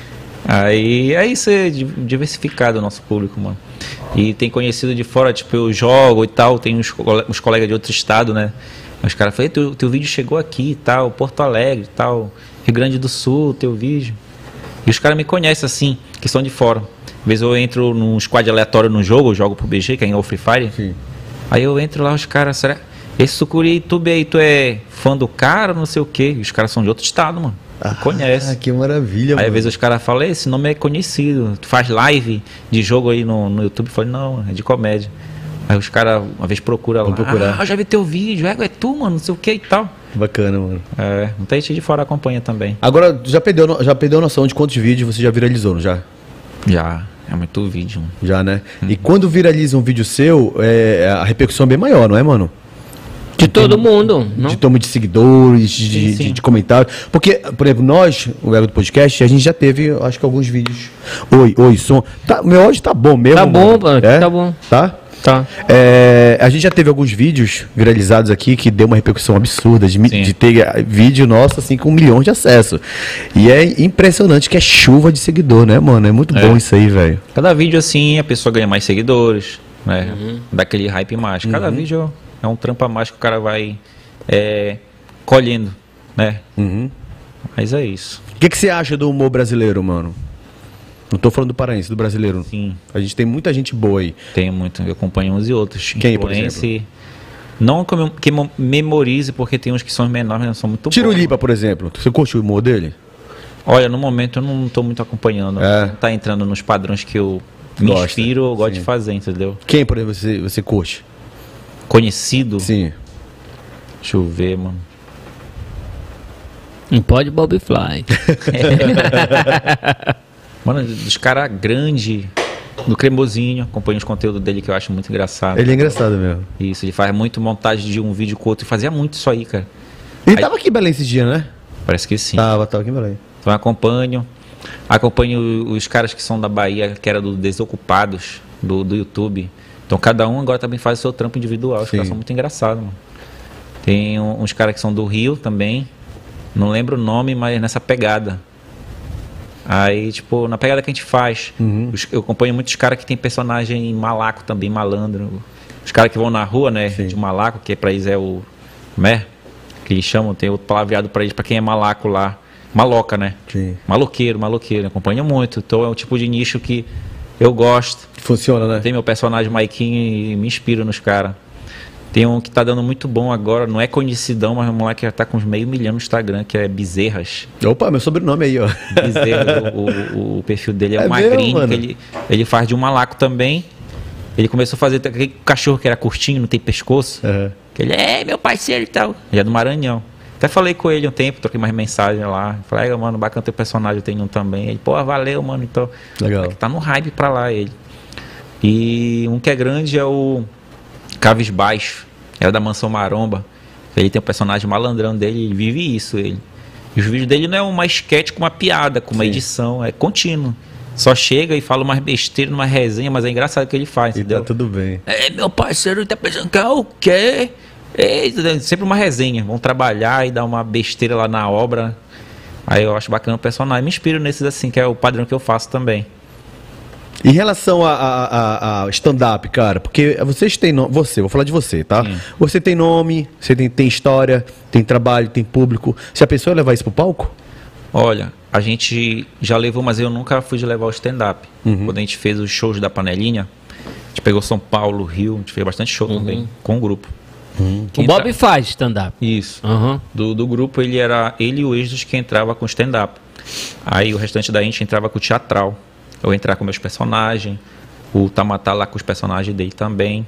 Aí é isso, é diversificado o nosso público, mano. E tem conhecido de fora, tipo, eu jogo e tal, tem uns colegas de outro estado, né? Os caras falam, teu vídeo chegou aqui e tal, Porto Alegre e tal, Rio Grande do Sul, teu vídeo. E os caras me conhecem assim, que são de fora. Às vezes eu entro num squad aleatório no jogo, eu jogo pro BG, que é em Free Fire. Sim. Aí eu entro lá, os caras, será? Esse Sucuri YouTube aí, tu é fã do cara, não sei o quê. E os caras são de outro estado, mano. Conhece. Que maravilha, Aí às vezes os caras falam, esse nome é conhecido. Tu faz live de jogo aí no YouTube? Eu falei, não, é de comédia. Aí os caras, uma vez procuram lá. Procurar. Eu já vi teu vídeo, é tu, mano, não sei o que e tal. Bacana, mano. É, muita gente de fora acompanha também. Agora, já perdeu a noção de quantos vídeos você já viralizou, não já? Já, é muito vídeo. Mano. Já, né? E quando viraliza um vídeo seu, a repercussão é bem maior, não é, mano? De todo mundo, não? De tomo de seguidores, Sim. de comentários. Porque, por exemplo, nós, o Ego do Podcast, a gente já teve, acho que alguns vídeos. Oi, som. Meu áudio tá bom mesmo. Tá bom, mano. tá bom. Tá? Tá. A gente já teve alguns vídeos viralizados aqui que deu uma repercussão absurda de ter vídeo nosso assim com 1 milhão de acessos. E é impressionante que é chuva de seguidor, né, mano? É muito bom isso aí, velho. Cada vídeo assim a pessoa ganha mais seguidores, né? Dá aquele hype mais. Cada vídeo é um trampo a mais que o cara vai colhendo, né? Mas é isso. O que você acha do humor brasileiro, mano? Não tô falando do paraense, do brasileiro. Sim. A gente tem muita gente boa aí. Tem muito, eu acompanho uns e outros. Quem, por exemplo? Não que memorize, porque tem uns que são menores, mas são muito bons. Tirulipa, por exemplo. Você curte o humor dele? Olha, no momento eu não tô muito acompanhando. Não tá entrando nos padrões que eu me inspiro ou gosto de fazer, entendeu? Quem, por exemplo, você curte? Conhecido? Sim. Deixa eu ver, mano. Não pode Bobby Fly. Mano, dos caras grandes, do Cremosinho, acompanho os conteúdos dele que eu acho muito engraçado. Ele é engraçado mesmo. Isso, ele faz muito montagem de um vídeo com o outro e fazia muito isso aí, cara. Ele tava aqui em Belém esses dias, né? Parece que sim. Tava aqui em Belém. Então acompanho os caras que são da Bahia, que era do Desocupados, do YouTube. Então cada um agora também faz o seu trampo individual. Os caras são muito engraçados, mano. Tem uns caras que são do Rio também. Não lembro o nome, mas nessa pegada. Aí, tipo, na pegada que a gente faz, eu acompanho muitos caras que tem personagem malaco também, malandro. Os caras que vão na rua, né, de malaco, que pra eles é o... Como é? Que eles chamam, tem outro palavreado pra eles, pra quem é malaco lá. Maloca, né? Sim. Maloqueiro, acompanho muito. Então é o tipo de nicho que eu gosto. Funciona, né? Tem meu personagem Maikinho e me inspiro nos caras. Tem um que tá dando muito bom agora, não é conhecidão, mas o moleque já tá com uns 500 mil no Instagram, que é Bezerras. Opa, meu sobrenome aí, ó. Bezerras, o perfil dele é magrinho, que ele faz de um malaco também. Ele começou a fazer aquele cachorro que era curtinho, não tem pescoço. Que ele meu parceiro e tal. Ele é do Maranhão. Até falei com ele um tempo, troquei mais mensagem lá. Falei, mano, bacana teu personagem, eu tenho um também. Ele, valeu, mano, então. Legal. Tá no hype pra lá ele. E um que é grande é o Cabisbaixo, era da Mansão Maromba. Ele tem um personagem malandrão dele, ele vive isso, ele. E os vídeos dele não é uma esquete com uma piada, com uma edição, é contínuo. só chega e fala umas besteiras, uma resenha, mas é engraçado o que ele faz, E entendeu? tá tudo bem. Meu parceiro tá pensando que é o quê? Sempre uma resenha. Vão trabalhar e dar uma besteira lá na obra. Aí eu acho bacana o personagem. Me inspiro nesses assim, que é o padrão que eu faço também. Em relação a stand-up, cara, porque vocês têm nome. Vou falar de você, tá? Sim. Você tem nome, você tem história, tem trabalho, tem público. Se a pessoa levar isso pro palco? Olha, a gente já levou, mas eu nunca fui de levar o stand-up. Quando a gente fez os shows da Panelinha, a gente pegou São Paulo, Rio, a gente fez bastante show também, com o grupo. O Bob faz stand-up. Isso. Aham. Do grupo, ele e o Exodus que entrava com stand-up. Aí o restante da gente entrava com o teatral. Eu entrar com meus personagens, o Tamatá lá com os personagens dele também.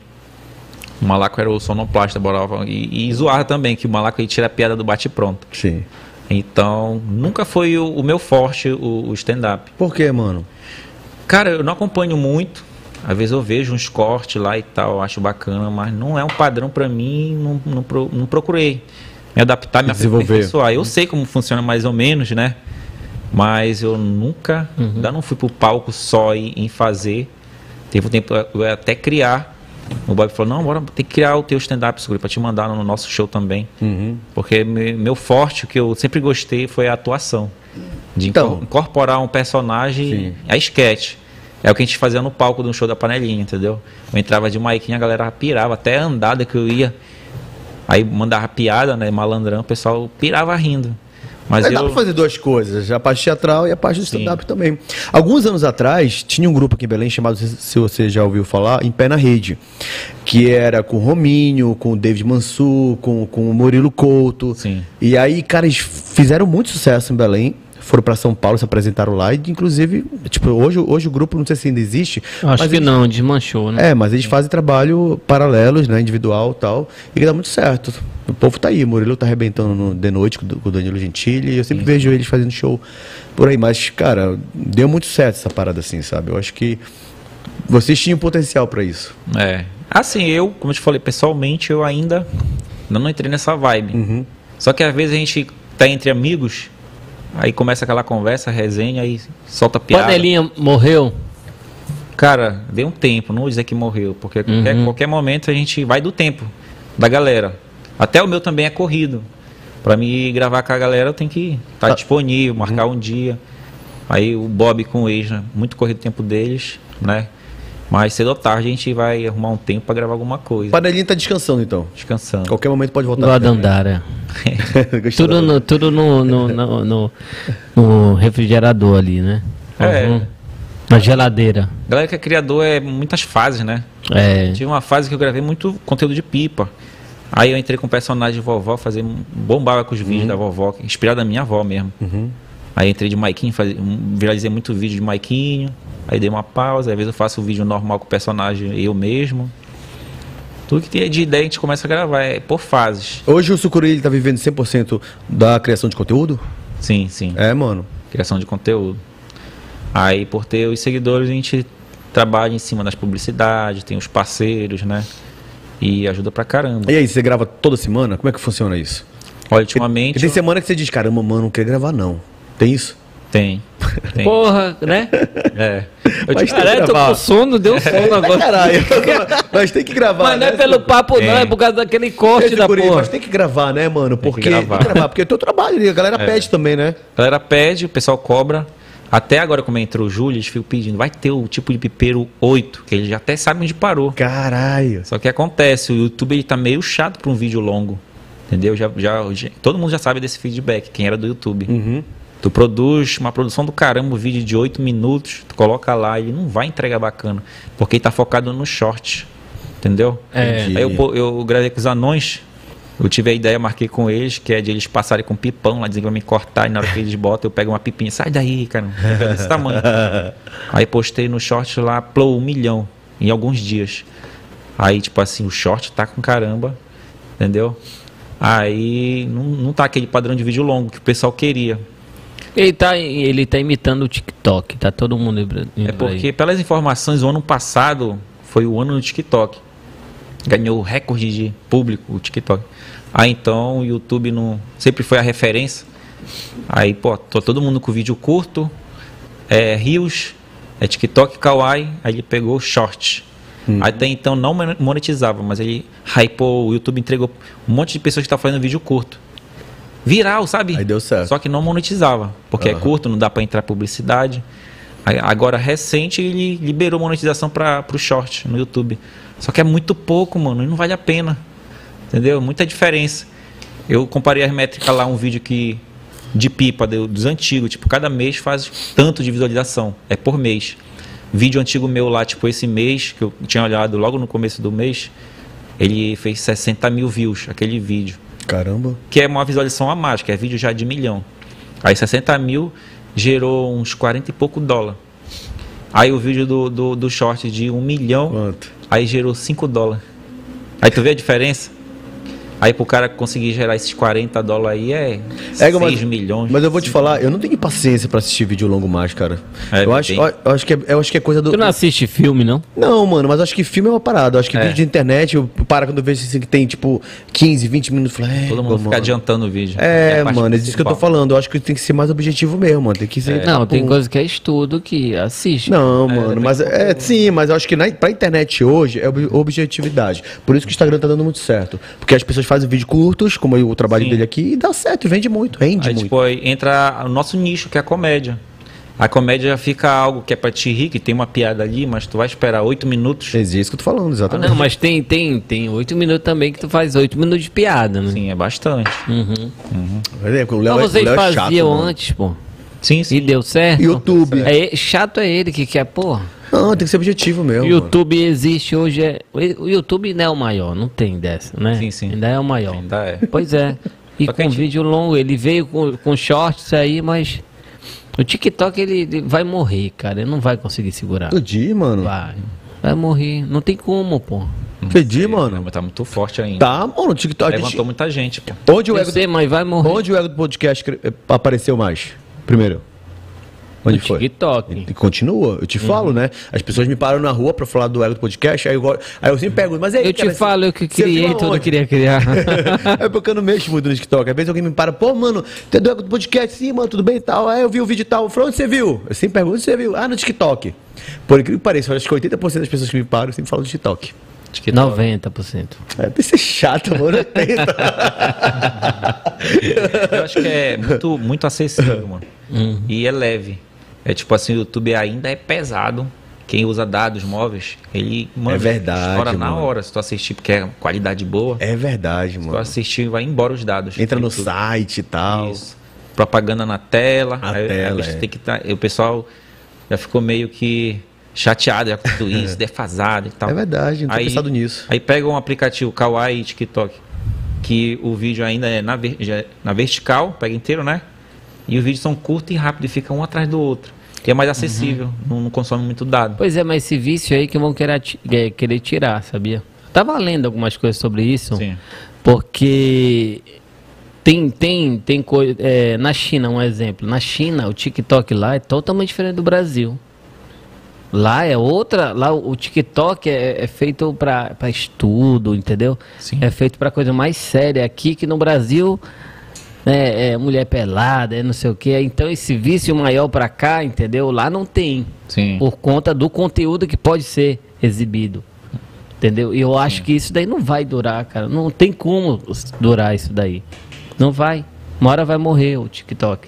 O Malaco era o sonoplasta, e zoava também, que o Malaco ele tira a piada do bate-pronto. Sim. Então, nunca foi o meu forte o stand-up. Por quê, mano? Cara, eu não acompanho muito. Às vezes eu vejo uns cortes lá e tal, eu acho bacana, mas não é um padrão pra mim, não procurei me adaptar, me Desenvolver. aperfeiçoar. Eu sei como funciona mais ou menos, né? Mas eu nunca, ainda não fui pro palco só em fazer. Teve um tempo eu ia até criar. O Bob falou, não, bora, tem que criar o teu stand-up, pra te mandar no nosso show também. Porque meu forte, o que eu sempre gostei, foi a atuação. De Então. incorporar um personagem a sketch. É o que a gente fazia no palco do show da Panelinha, entendeu? Eu entrava de maiquinha, a galera pirava, até a andada que eu ia. Aí mandava piada, né, malandrão, o pessoal pirava rindo. Mas Dá pra fazer duas coisas, a parte teatral e a parte do stand-up também. Alguns anos atrás, tinha um grupo aqui em Belém chamado, se você já ouviu falar, Em Pé na Rede, que era com o Rominho, com o David Mansur, com o Murilo Couto. Sim. E aí, cara, eles fizeram muito sucesso em Belém, foram pra São Paulo, se apresentaram lá, e inclusive, tipo, hoje o grupo, não sei se ainda existe. Acho mas que eles- não, desmanchou, né? mas eles fazem trabalho paralelos, né, individual e tal, e que dá muito certo. O povo tá aí, o Murilo tá arrebentando no The Noite com o Danilo Gentili, e eu sempre vejo eles fazendo show por aí, mas, cara, deu muito certo essa parada assim, sabe? Eu acho que vocês tinham potencial pra isso. Assim, como eu te falei, pessoalmente, eu ainda não entrei nessa vibe. Só que às vezes a gente tá entre amigos, aí começa aquela conversa, resenha, aí solta piada. Panelinha morreu? Cara, deu um tempo, não vou dizer que morreu, porque qualquer momento a gente vai do tempo da galera. Até o meu também é corrido. Pra mim gravar com a galera eu tenho que estar disponível, marcar um dia. Aí o Bob com o ex, né? Muito corrido o tempo deles, né? Mas cedo ou tarde a gente vai arrumar um tempo pra gravar alguma O coisa. Panelinha tá descansando, então. Descansando. Qualquer momento pode voltar. Do Adandara. Gostou da- Tudo no refrigerador ali, né? Na geladeira. Galera que é criador é muitas fases, né? É. Tive uma fase que eu gravei muito conteúdo de pipa. Aí eu entrei com o personagem de vovó, bombava com os vídeos da vovó, inspirado na minha avó mesmo. Aí entrei de Maiquinho, viralizei muito vídeo de Maiquinho. Aí dei uma pausa, às vezes eu faço um vídeo normal com o personagem eu mesmo. Tudo que tem de ideia a gente começa a gravar, é por fases. Hoje o Sucuri ele tá vivendo 100% da criação de conteúdo? Sim, sim. É, mano. Criação de conteúdo. Aí por ter os seguidores a gente trabalha em cima das publicidades, tem os parceiros, né? E ajuda pra caramba. E aí, você grava toda semana? Como é que funciona isso? Olha, ultimamente... E tem semana que você diz, caramba, mano, não quero gravar não. Tem isso? Tem. Porra, né? Eu Mas te- tem que Caralho, tô gravar. com sono, deu sono agora. Caralho, mas tem que gravar. Mas não é né? pelo papo, não, é por causa daquele corte da Sucuri, porra. mas tem que gravar, né, mano? Porque que gravar. porque é o teu trabalho, a galera pede também, né? A galera pede, o pessoal cobra. Até agora, como entrou o Júlio, eles ficam pedindo. Vai ter o tipo de pipeiro 8, que eles já até sabem onde parou. Caralho. Só que acontece, o YouTube ele tá meio chato pra um vídeo longo. Entendeu? Todo mundo já sabe desse feedback, quem era do YouTube. Tu produz uma produção do caramba, um vídeo de 8 minutos, tu coloca lá, ele não vai entregar bacana. Porque ele tá focado no short. Entendeu? É. Aí eu gravei com os anões. Eu tive a ideia, marquei com eles, que é de eles passarem com pipão lá, dizem que vai me cortar, e na hora que eles botam, eu pego uma pipinha, sai daí, cara, é desse tamanho. Aí postei no short lá, plou 1 milhão em alguns dias. Aí, tipo assim, o short tá com caramba, entendeu? Aí não tá aquele padrão de vídeo longo que o pessoal queria. Ele tá imitando o TikTok, tá todo mundo indo É porque, pelas informações, o ano passado foi o ano do TikTok. Ganhou o recorde de público, o TikTok. Aí então o YouTube sempre foi a referência. Aí, pô, todo mundo com vídeo curto, Reels, É TikTok, Kawaii, aí ele pegou Short. Até então não monetizava, mas ele hypou, o YouTube entregou um monte de pessoas que estavam fazendo vídeo curto. Viral, sabe? Aí deu certo. Só que não monetizava, porque é curto, não dá pra entrar publicidade. Agora, recente, ele liberou monetização pro Short no YouTube. Só que é muito pouco, mano, e não vale a pena. Entendeu? Muita diferença. Eu comparei as métricas lá, um vídeo de pipa dos antigos, tipo, cada mês faz tanto de visualização, é por mês. Vídeo antigo meu lá, tipo, esse mês, que eu tinha olhado logo no começo do mês, ele fez 60 mil views, aquele vídeo. Caramba. Que é uma visualização a mais, que é vídeo já de 1 milhão. Aí 60 mil gerou uns 40 e pouco dólares. Aí o vídeo do short de 1 milhão, Quanto? aí gerou 5 dólares. Aí tu vê a diferença? Aí pro cara conseguir gerar esses 40 dólares aí é 6 milhões. Mas eu vou te falar, eu não tenho paciência pra assistir vídeo longo mais, cara. É, eu acho que é coisa do... Tu não assiste filme, não? Não, mano, mas eu acho que filme é uma parada. Eu acho que vídeo de internet, eu paro quando eu vejo assim que tem, tipo, 15, 20 minutos. Eu falo, Todo mundo fica adiantando o vídeo. É, a parte mano, é disso que eu tô principal. falando. Eu acho que tem que ser mais objetivo mesmo, mano. Tem que ser... Não, tem coisa que é estudo que assiste. Não, mano, mas sim, mas eu acho que pra internet hoje é objetividade. Por isso que o Instagram tá dando muito certo. Porque as pessoas fazem vídeo curtos, como o trabalho Sim. dele aqui, e dá certo, e vende muito, rende Aí, muito. tipo, aí entra o nosso nicho, que é a comédia. A comédia já fica algo que é pra te rir, que tem uma piada ali, mas tu vai esperar 8 minutos. É isso que eu tô falando, exatamente. Não, mas tem 8 minutos também que tu faz 8 minutos de piada, né? Sim, é bastante. O Léo Então vocês o Léo é chato, faziam mano. antes, pô. Sim, E sim. deu certo? YouTube. Chato é ele que quer, pô. Não, tem que ser objetivo mesmo. O YouTube existe hoje. O YouTube ainda é o maior, não tem dessa, né? Sim, sim. Ainda é o maior. Ainda é. Pois é. E Só que com a gente- vídeo longo, ele veio com shorts aí, mas o TikTok ele vai morrer, cara. Ele não vai conseguir segurar. Mano. Entendi, mano. Vai morrer. Não tem como, pô. Entendi, mano. Mas tá muito forte ainda. Tá, mano, o TikTok. Levantou muita gente, pô. Onde o Eu ego, sei, mas vai morrer. onde o ego do podcast apareceu mais? Primeiro. Onde foi? TikTok. E continua, eu te falo, né? As pessoas me param na rua pra falar do ego do podcast, aí eu sempre pergunto, mas aí, Eu te cara, falo, eu que você criei, viu tudo aonde? queria criar. É porque eu não mexo muito no TikTok. Às vezes alguém me para, pô, mano, tu é do ego do podcast? Sim, mano, tudo bem e tal. Aí eu vi o vídeo e tal. Eu falo, onde você viu? Eu sempre pergunto, onde você viu? Ah, no TikTok. Por incrível que pareça, eu acho que 80% das pessoas que me param sempre falam do TikTok. 90%. É, tem que ser chato, mano. Eu acho que é muito acessível, mano. E é leve. É tipo assim, o YouTube ainda é pesado. Quem usa dados móveis, ele, mano, É verdade, estoura na mano. hora. Se tu assistir, porque é qualidade boa, É verdade, se tu mano. assistir, vai embora os dados. Entra no YouTube. site e tal. Isso. Propaganda na tela. Na aí tela, a gente é. tem que o pessoal já ficou meio que chateado já com tudo isso, defasado e tal. É verdade, não tinha pensado nisso. Aí pega um aplicativo Kawaii e TikTok, que o vídeo ainda é na vertical, pega inteiro, né? E os vídeos são curtos e rápidos, e fica um atrás do outro. Que é mais acessível, não consome muito dado. Pois é, mas esse vício aí que vão querer tirar, sabia? Tava lendo algumas coisas sobre isso. Sim. Porque tem coisa. Na China, um exemplo. Na China, o TikTok lá é totalmente diferente do Brasil. Lá é outra. Lá o TikTok é feito para estudo, entendeu? Sim. É feito para coisa mais séria. Aqui que no Brasil é mulher pelada, é não sei o que. Então esse vício maior para cá, entendeu? Lá não tem. Sim. Por conta do conteúdo que pode ser exibido. Entendeu? E eu acho que isso daí não vai durar, cara. Não tem como durar isso daí. Não vai. Uma hora vai morrer o TikTok.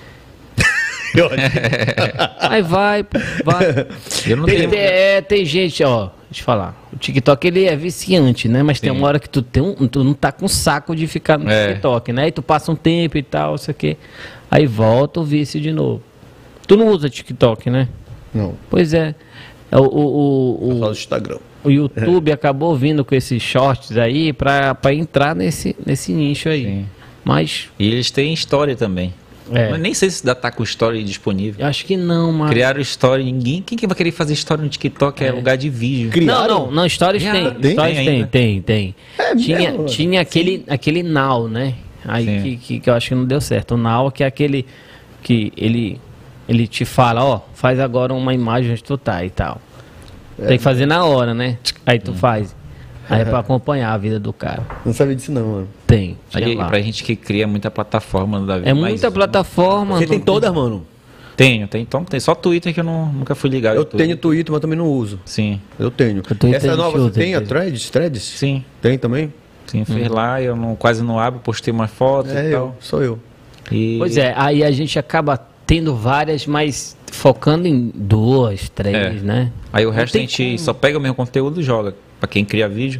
Aí vai, pô, vai. Eu não tenho. Tem gente, ó, deixa eu falar. O TikTok ele é viciante, né? Mas tem Sim. uma hora que tu não tá com saco de ficar no TikTok, né? E tu passa um tempo e tal, isso aqui. Aí volta o vício de novo. Tu não usa TikTok, né? Não, Pois é. eu falo do Instagram. O YouTube acabou vindo com esses shorts aí pra entrar nesse nicho aí. Sim. Mas E eles têm história também. Mas nem sei se dá tá com story disponível. eu acho que não, mas... Criaram story, ninguém. Quem que vai querer fazer story no TikTok? É lugar de vídeo. Não, Stories Já tem. Stories tem ainda? tem. Tinha aquele Now, né? Aí que eu acho que não deu certo. O Now que é aquele que ele te fala, ó, faz agora uma imagem onde tu tá e tal. Tem que fazer na hora, né? Aí tu faz. Aí é pra acompanhar a vida do cara. Não sabia disso não, mano. Tem. Tinha Aí, lá. pra gente que cria muita plataforma da vida. É muita plataforma. Você tem todas, mano. Tenho. Então tem só Twitter que eu nunca fui ligado. Eu tenho Twitter, mas também não uso. Sim. Eu tenho. Essa nova você tem, a Threads? Sim. Tem também? Sim, fiz lá, eu quase não abro, postei uma foto e tal. Sou eu. Pois é, aí a gente acaba tendo várias, mas focando em 2, 3, né? Aí o resto a gente só pega o mesmo conteúdo e joga. Pra quem cria vídeo.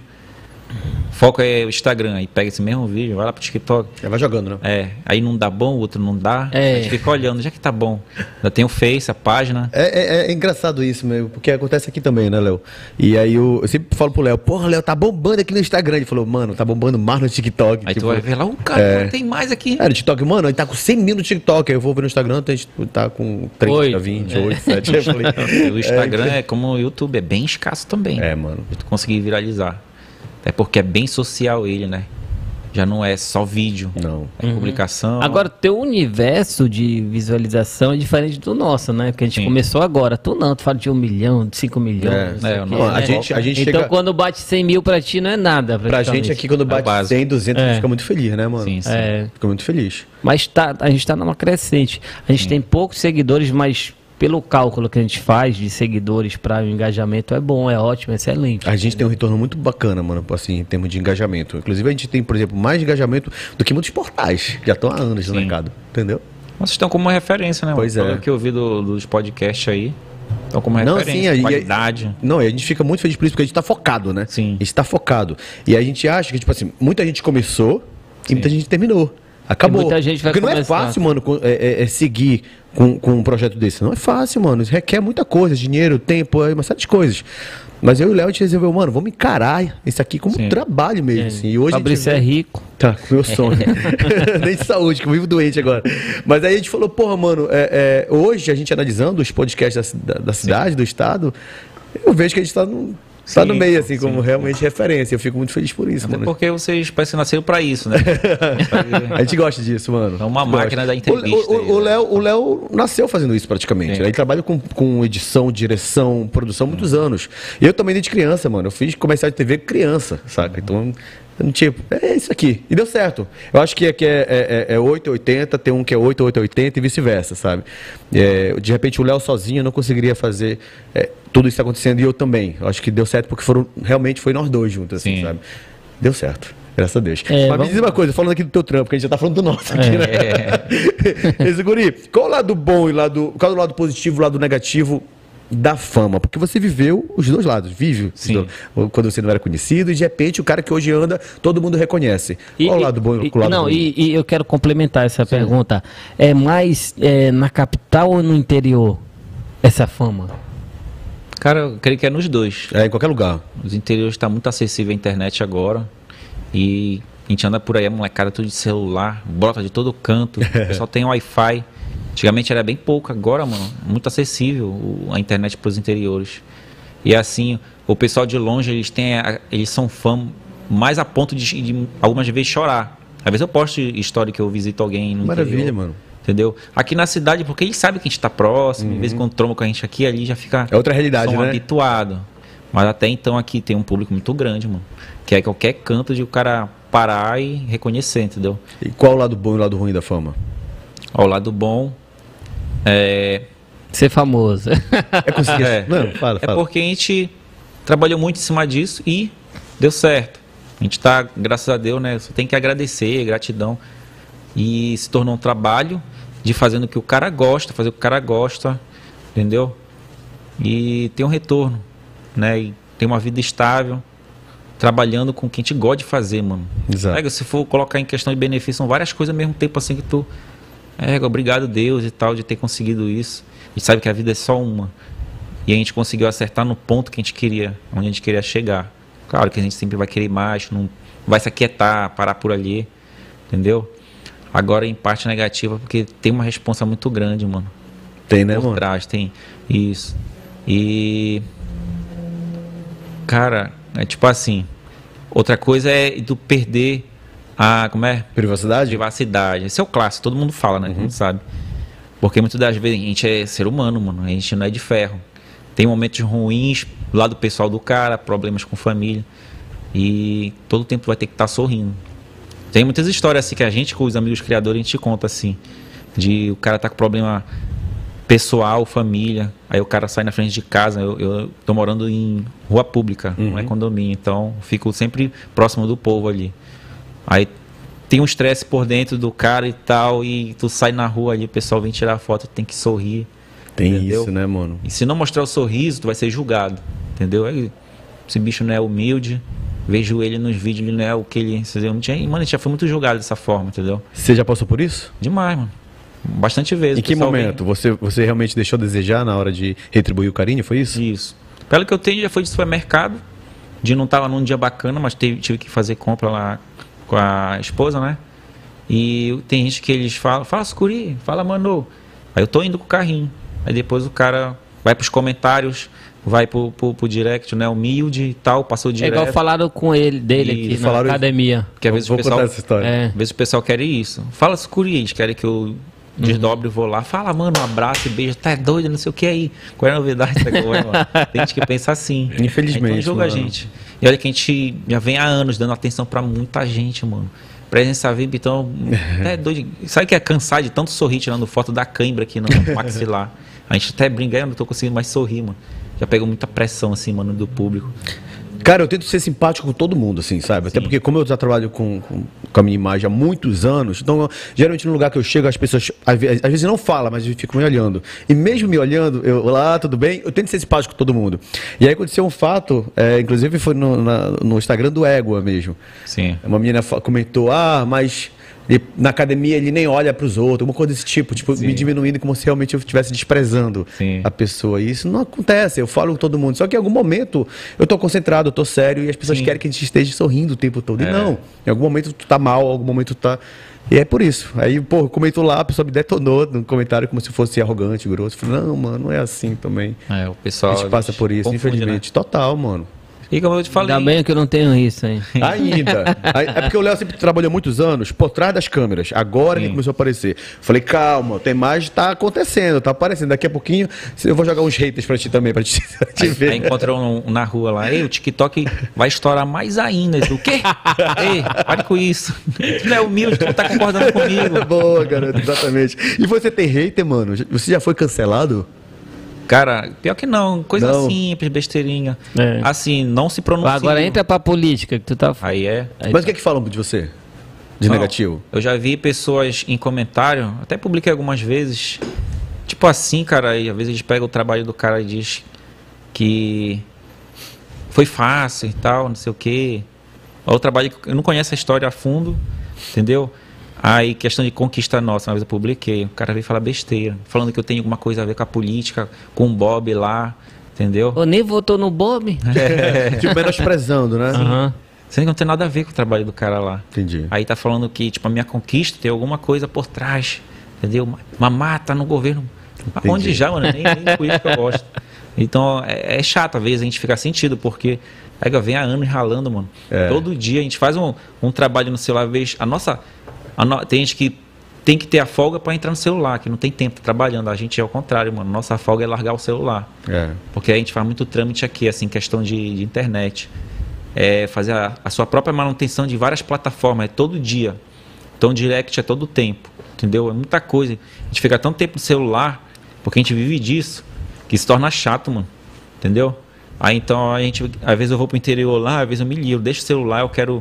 Foco é o Instagram, aí pega esse mesmo vídeo, vai lá pro TikTok. Vai jogando, né? Aí não dá bom, o outro não dá. A gente fica olhando, já que tá bom. Já tem o Face, a página. É engraçado isso mesmo, porque acontece aqui também, né, Léo? E aí eu sempre falo pro Léo, porra, Léo, tá bombando aqui no Instagram. Ele falou, mano, tá bombando mais no TikTok. Aí tu vai ver lá, cara, tem mais aqui. No TikTok, mano, ele tá com 100 mil no TikTok. Aí eu vou ver no Instagram, tá com 30, 20, 8, 7. Eu falei, o Instagram é como o YouTube, é bem escasso também. Mano. Tu conseguir viralizar. É porque é bem social ele, né? Já não é só vídeo. Não. É publicação. Agora, teu universo de visualização é diferente do nosso, né? Porque a gente começou agora. Tu fala de 1 milhão, de 5 milhões. A gente então, chega... quando bate 100 mil pra ti não é nada. Pra gente aqui, quando bate 100, 200, a gente fica muito feliz, né, mano? Sim. Fica muito feliz. Mas a gente tá numa crescente. A gente tem poucos seguidores, mas pelo cálculo que a gente faz de seguidores para o engajamento é bom, é ótimo, é excelente. A gente tem um retorno muito bacana, mano, assim, em termos de engajamento. Inclusive a gente tem, por exemplo, mais engajamento do que muitos portais, que já estão há anos no mercado, entendeu? Vocês estão como uma referência, né? Pois mano? Pelo que eu vi dos podcasts aí, estão como referência, qualidade. E a gente fica muito feliz por isso, porque a gente tá focado, né? Sim. A gente tá focado. E a gente acha que, tipo assim, muita gente começou e muita gente terminou. Acabou. Muita gente vai porque não é fácil, mano, seguir com um projeto desse. Não é fácil, mano. Isso requer muita coisa, dinheiro, tempo, uma série de coisas. Mas eu e o Léo, a gente resolveu, mano, vamos encarar isso aqui como um trabalho mesmo. Assim. E hoje Fabrício é rico. Tá, com meu sonho. Nem de saúde, que eu vivo doente agora. Mas aí a gente falou, porra, mano, hoje a gente analisando os podcasts da cidade, do estado, eu vejo que a gente tá no meio, assim, como realmente referência. Eu fico muito feliz por isso, mano. Porque vocês parecem que nasceram pra isso, né? A gente gosta disso, mano. É uma máquina da entrevista. O Léo nasceu fazendo isso praticamente. Ele trabalha com edição, direção, produção há muitos anos. E eu também desde criança, mano. Eu fiz comercial de TV criança, saca? Então, tipo, é isso aqui. E deu certo. Eu acho que aqui é 880, tem um que é 8880 e vice-versa, sabe? De repente o Léo sozinho não conseguiria fazer tudo isso que está acontecendo e eu também. Eu acho que deu certo porque realmente foi nós dois juntos, assim, sabe? Deu certo. Graças a Deus. Mas me diz uma coisa, falando aqui do teu trampo, que a gente já tá falando do nosso aqui, né? Esse guri, qual o lado bom e qual o lado positivo e o lado negativo da fama? Porque você viveu os dois lados, quando você não era conhecido e de repente o cara que hoje anda, todo mundo reconhece. Qual o lado bom e o lado ruim? E eu quero complementar essa pergunta. É mais na capital ou no interior essa fama? Cara, eu creio que é nos dois. Em qualquer lugar. Os interiores está muito acessível a internet agora. E a gente anda por aí, a molecada tudo de celular, brota de todo canto, só tem Wi-Fi. Antigamente era bem pouco, agora, mano, muito acessível a internet para os interiores. E assim, o pessoal de longe, eles são fã mais a ponto de algumas vezes chorar. Às vezes eu posto história que eu visito alguém no Maravilha, interior, mano. Entendeu? Aqui na cidade, porque eles sabem que a gente tá próximo, de vez em quando tromba com a gente aqui, ali já fica... É outra realidade, são né? habituado. Mas até então aqui tem um público muito grande, mano. Que é qualquer canto de o cara parar e reconhecer, entendeu? E qual o lado bom e o lado ruim da fama? O lado bom ser famoso. Não, fala. É porque a gente trabalhou muito em cima disso e deu certo. A gente tá, graças a Deus, né? Só tem que agradecer, gratidão. E se tornou um trabalho de fazendo o que o cara gosta, fazer o que o cara gosta, entendeu? E ter um retorno, né? E ter uma vida estável, trabalhando com o que a gente gosta de fazer, mano. Exato. Se for colocar em questão de benefício, são várias coisas ao mesmo tempo assim que tu... obrigado Deus e tal, de ter conseguido isso. A gente sabe que a vida é só uma. E a gente conseguiu acertar no ponto que a gente queria, onde a gente queria chegar. Claro que a gente sempre vai querer mais, não vai se aquietar, parar por ali, entendeu? Agora em parte negativa, porque tem uma responsa muito grande, mano. Tem, né, por mano? trás, tem isso. E... Cara, é tipo assim... Outra coisa é tu perder a... Como é? Privacidade? Privacidade. Esse é o clássico, todo mundo fala, né? A gente sabe. Porque muitas das vezes a gente é ser humano, mano. A gente não é de ferro. Tem momentos ruins do lado pessoal do cara, problemas com família. E todo tempo vai ter que estar sorrindo. Tem muitas histórias assim que a gente, com os amigos criadores, a gente conta assim. De o cara tá com problema pessoal, família. Aí o cara sai na frente de casa. Eu tô morando em rua pública, não é condomínio. Então, fico sempre próximo do povo ali. Aí tem um estresse por dentro do cara e tal. E tu sai na rua ali, o pessoal vem tirar foto, tem que sorrir. Tem entendeu? isso, né, mano? E se não mostrar o sorriso, tu vai ser julgado. Entendeu? Aí, esse bicho não é humilde. Vejo ele nos vídeos, ele não é o que ele... Mano, a gente já foi muito julgado dessa forma, entendeu? Você já passou por isso? Demais, mano. Bastante vezes. Em que momento? Você realmente deixou a desejar na hora de retribuir o carinho, foi isso? Isso. Pelo que eu tenho, já foi de supermercado, de não estar num dia bacana, mas tive que fazer compra lá com a esposa, né? E tem gente que eles falam, fala Sucuri, fala Manu. Aí eu tô indo com o carrinho. Aí depois o cara vai pros comentários, vai pro direct, né? Humilde e tal, passou direto. É igual falaram com dele E aqui na academia. Porque às vezes Vou o pessoal... contar essa história. Às vezes o pessoal quer isso. Fala Sucuri, eles querem que eu desdobre e vou lá. Fala, mano, um abraço e beijo. Tá doido, não sei o que aí. Qual é a novidade? Tem gente que pensa assim. Infelizmente, Então julga a mano. gente. E olha que a gente já vem há anos dando atenção pra muita gente, mano. Presença VIP, então, é doido. Sabe que é cansar de tanto sorrir tirando foto da cãibra aqui no maxilar? A gente até brinca, eu não tô conseguindo mais sorrir, mano. Já pegou muita pressão, assim, mano, do público. Cara, eu tento ser simpático com todo mundo, assim, sabe? Até porque como eu já trabalho com a minha imagem há muitos anos, então, geralmente no lugar que eu chego, as pessoas, às vezes não falam, mas ficam me olhando. E mesmo me olhando, olá, tudo bem? Eu tento ser simpático com todo mundo. E aí aconteceu um fato, inclusive foi no Instagram do Égua mesmo. Sim. Uma menina comentou, mas... na academia ele nem olha para os outros, alguma coisa desse tipo, me diminuindo como se realmente eu estivesse desprezando a pessoa. E isso não acontece, eu falo com todo mundo. Só que em algum momento eu estou concentrado, eu estou sério e as pessoas querem que a gente esteja sorrindo o tempo todo. E não, em algum momento tu tá mal, em algum momento tu tá... E é por isso. Aí, pô, comentou lá, a pessoa me detonou no comentário como se fosse arrogante, grosso. Eu falei, não, mano, não é assim também. O pessoal... A gente passa por isso, confunde, infelizmente. Né? Total, mano. E como eu te falei... Ainda bem que eu não tenho isso, hein? Ainda. É porque o Léo sempre trabalhou muitos anos por trás das câmeras. Agora ele começou a aparecer. Falei, calma, tem mais, tá acontecendo, tá aparecendo. Daqui a pouquinho eu vou jogar uns haters pra ti também, pra te ver. Aí encontrou na rua lá, o TikTok vai estourar mais ainda. O quê? Ei, pare com isso. Tu não é humilde, tu não tá concordando comigo. Boa, garoto, exatamente. E você tem hater, mano? Você já foi cancelado? Cara, pior que não, coisa simples, besteirinha. Assim, não se pronuncia. Agora entra pra política, que tu tá... Aí é. Mas o que é que falam de você? De negativo? Eu já vi pessoas em comentário, até publiquei algumas vezes, tipo assim, cara, e às vezes eles pegam o trabalho do cara e diz que foi fácil e tal, não sei o quê. Ou o trabalho que eu não conheço a história a fundo, entendeu? Aí, questão de conquista nossa, uma vez eu publiquei, o cara veio falar besteira, falando que eu tenho alguma coisa a ver com a política, com o Bob lá, entendeu? Eu nem votou no Bob. Tipo, menosprezando, né? Sendo que não tem nada a ver com o trabalho do cara lá. Entendi. Aí tá falando que, tipo, a minha conquista tem alguma coisa por trás, entendeu? Uma mata no governo. Onde já, mano? Nem política eu gosto. Então, é chato, às vezes, a gente fica sentido, porque vem há anos ralando, mano. Todo dia a gente faz um trabalho no celular, vez tem gente que tem que ter a folga para entrar no celular, que não tem tempo trabalhando. A gente é ao contrário, mano. Nossa folga é largar o celular. Porque a gente faz muito trâmite aqui, assim, questão de internet. Fazer a sua própria manutenção de várias plataformas, todo dia. Então, direct é todo tempo, entendeu? É muita coisa. A gente fica tanto tempo no celular, porque a gente vive disso, que se torna chato, mano. Entendeu? Aí, então, às vezes eu vou pro interior lá, às vezes eu me livro, deixo o celular, eu quero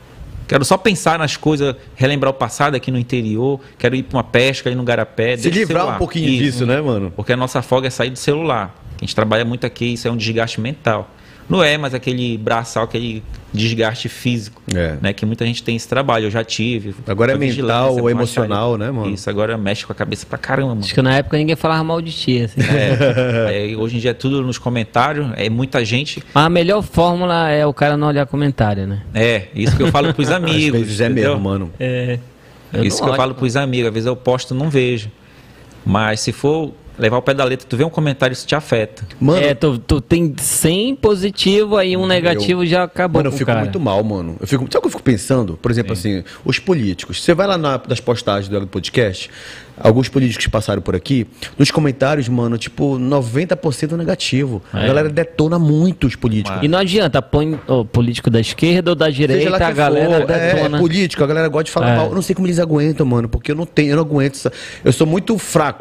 só pensar nas coisas, relembrar o passado aqui no interior, quero ir para uma pesca ali no Garapé. Se livrar um pouquinho disso, né, mano? Porque a nossa folga é sair do celular. A gente trabalha muito aqui, isso é um desgaste mental. Não é mais aquele braçal, aquele desgaste físico, né? Que muita gente tem esse trabalho, eu já tive. Agora é mental ou emocional, né, mano? Isso, agora mexe com a cabeça pra caramba, mano. Acho que na época ninguém falava mal de ti, assim. Hoje em dia é tudo nos comentários, muita gente... Mas a melhor fórmula é o cara não olhar comentário, né? Isso que eu falo pros amigos. Às vezes mesmo, mano. Isso que eu falo pros amigos, às vezes eu posto e não vejo. Mas se for levar o pé da letra, tu vê um comentário, isso te afeta. Mano, tu tem 100 positivo, aí um negativo já acabou. Mano, eu fico muito mal, mano. Sabe o que eu fico pensando? Por exemplo, assim, os políticos. Você vai lá nas postagens do podcast, alguns políticos que passaram por aqui, nos comentários, mano, tipo, 90% negativo. A galera detona muito os políticos. E não adianta, põe o político da esquerda ou da direita, a galera detona. Político, a galera gosta de falar mal. Eu não sei como eles aguentam, mano, porque eu não aguento. Eu sou muito fraco.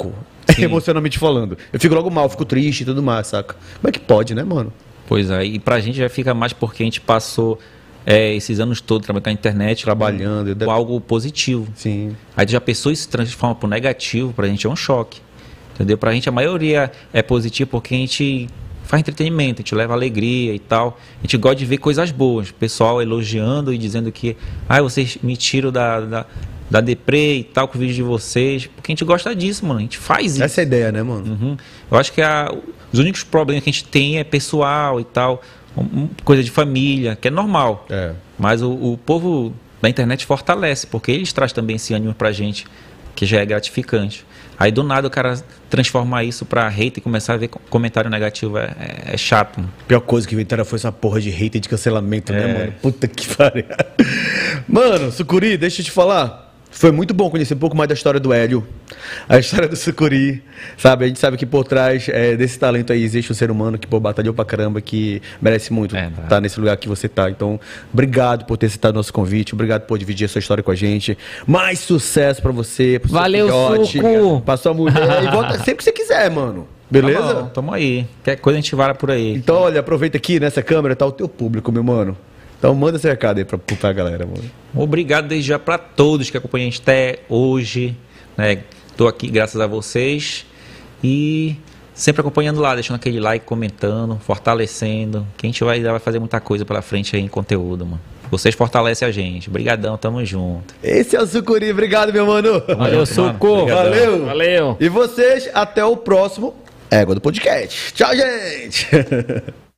Emocionalmente falando. Eu fico logo mal, fico triste e tudo mais, saca? Como é que pode, né, mano? Pois é, e pra gente já fica mais porque a gente passou esses anos todos trabalhando na internet, Trabalhando. com algo positivo. Sim. Aí já pensou isso se transforma para negativo, pra gente é um choque. Entendeu? Pra gente a maioria é positivo porque a gente faz entretenimento, a gente leva alegria e tal. A gente gosta de ver coisas boas. O pessoal elogiando e dizendo que vocês me tiram da deprê e tal com o vídeo de vocês. Porque a gente gosta disso, mano. A gente faz isso. Essa é a ideia, né, mano? Uhum. Eu acho que os únicos problemas que a gente tem é pessoal e tal. Coisa de família, que é normal. É. Mas o povo da internet fortalece, porque eles trazem também esse ânimo pra gente, que já é gratificante. Aí do nada o cara transformar isso pra hate e começar a ver comentário negativo é chato, mano. A pior coisa que inventaram foi essa porra de hater de cancelamento, né, mano? Puta que pariu. Mano, Sucuri, deixa eu te falar. Foi muito bom conhecer um pouco mais da história do Hélio, a história do Sucuri, sabe? A gente sabe que por trás desse talento aí existe um ser humano que, pô, batalhou pra caramba, que merece muito estar nesse lugar que você tá. Então, obrigado por ter citado nosso convite, obrigado por dividir a sua história com a gente. Mais sucesso pra você, pro Valeu, seu filhote, Suco! pra sua mulher, e volta sempre que você quiser, mano. Beleza? Tá bom, tamo aí. Qualquer coisa a gente vara por aí. Então, olha, aproveita aqui nessa câmera, tá o teu público, meu mano. Então, manda esse recado aí pra galera, mano. Obrigado desde já para todos que acompanham a gente até hoje. Estou aqui graças a vocês. E sempre acompanhando lá, deixando aquele like, comentando, fortalecendo. Que a gente vai fazer muita coisa pela frente aí em conteúdo, mano. Vocês fortalecem a gente. Obrigadão, tamo junto. Esse é o Sucuri, obrigado, meu mano. Valeu, Suco. Valeu. Valeu. E vocês, até o próximo Égua do Podcast. Tchau, gente.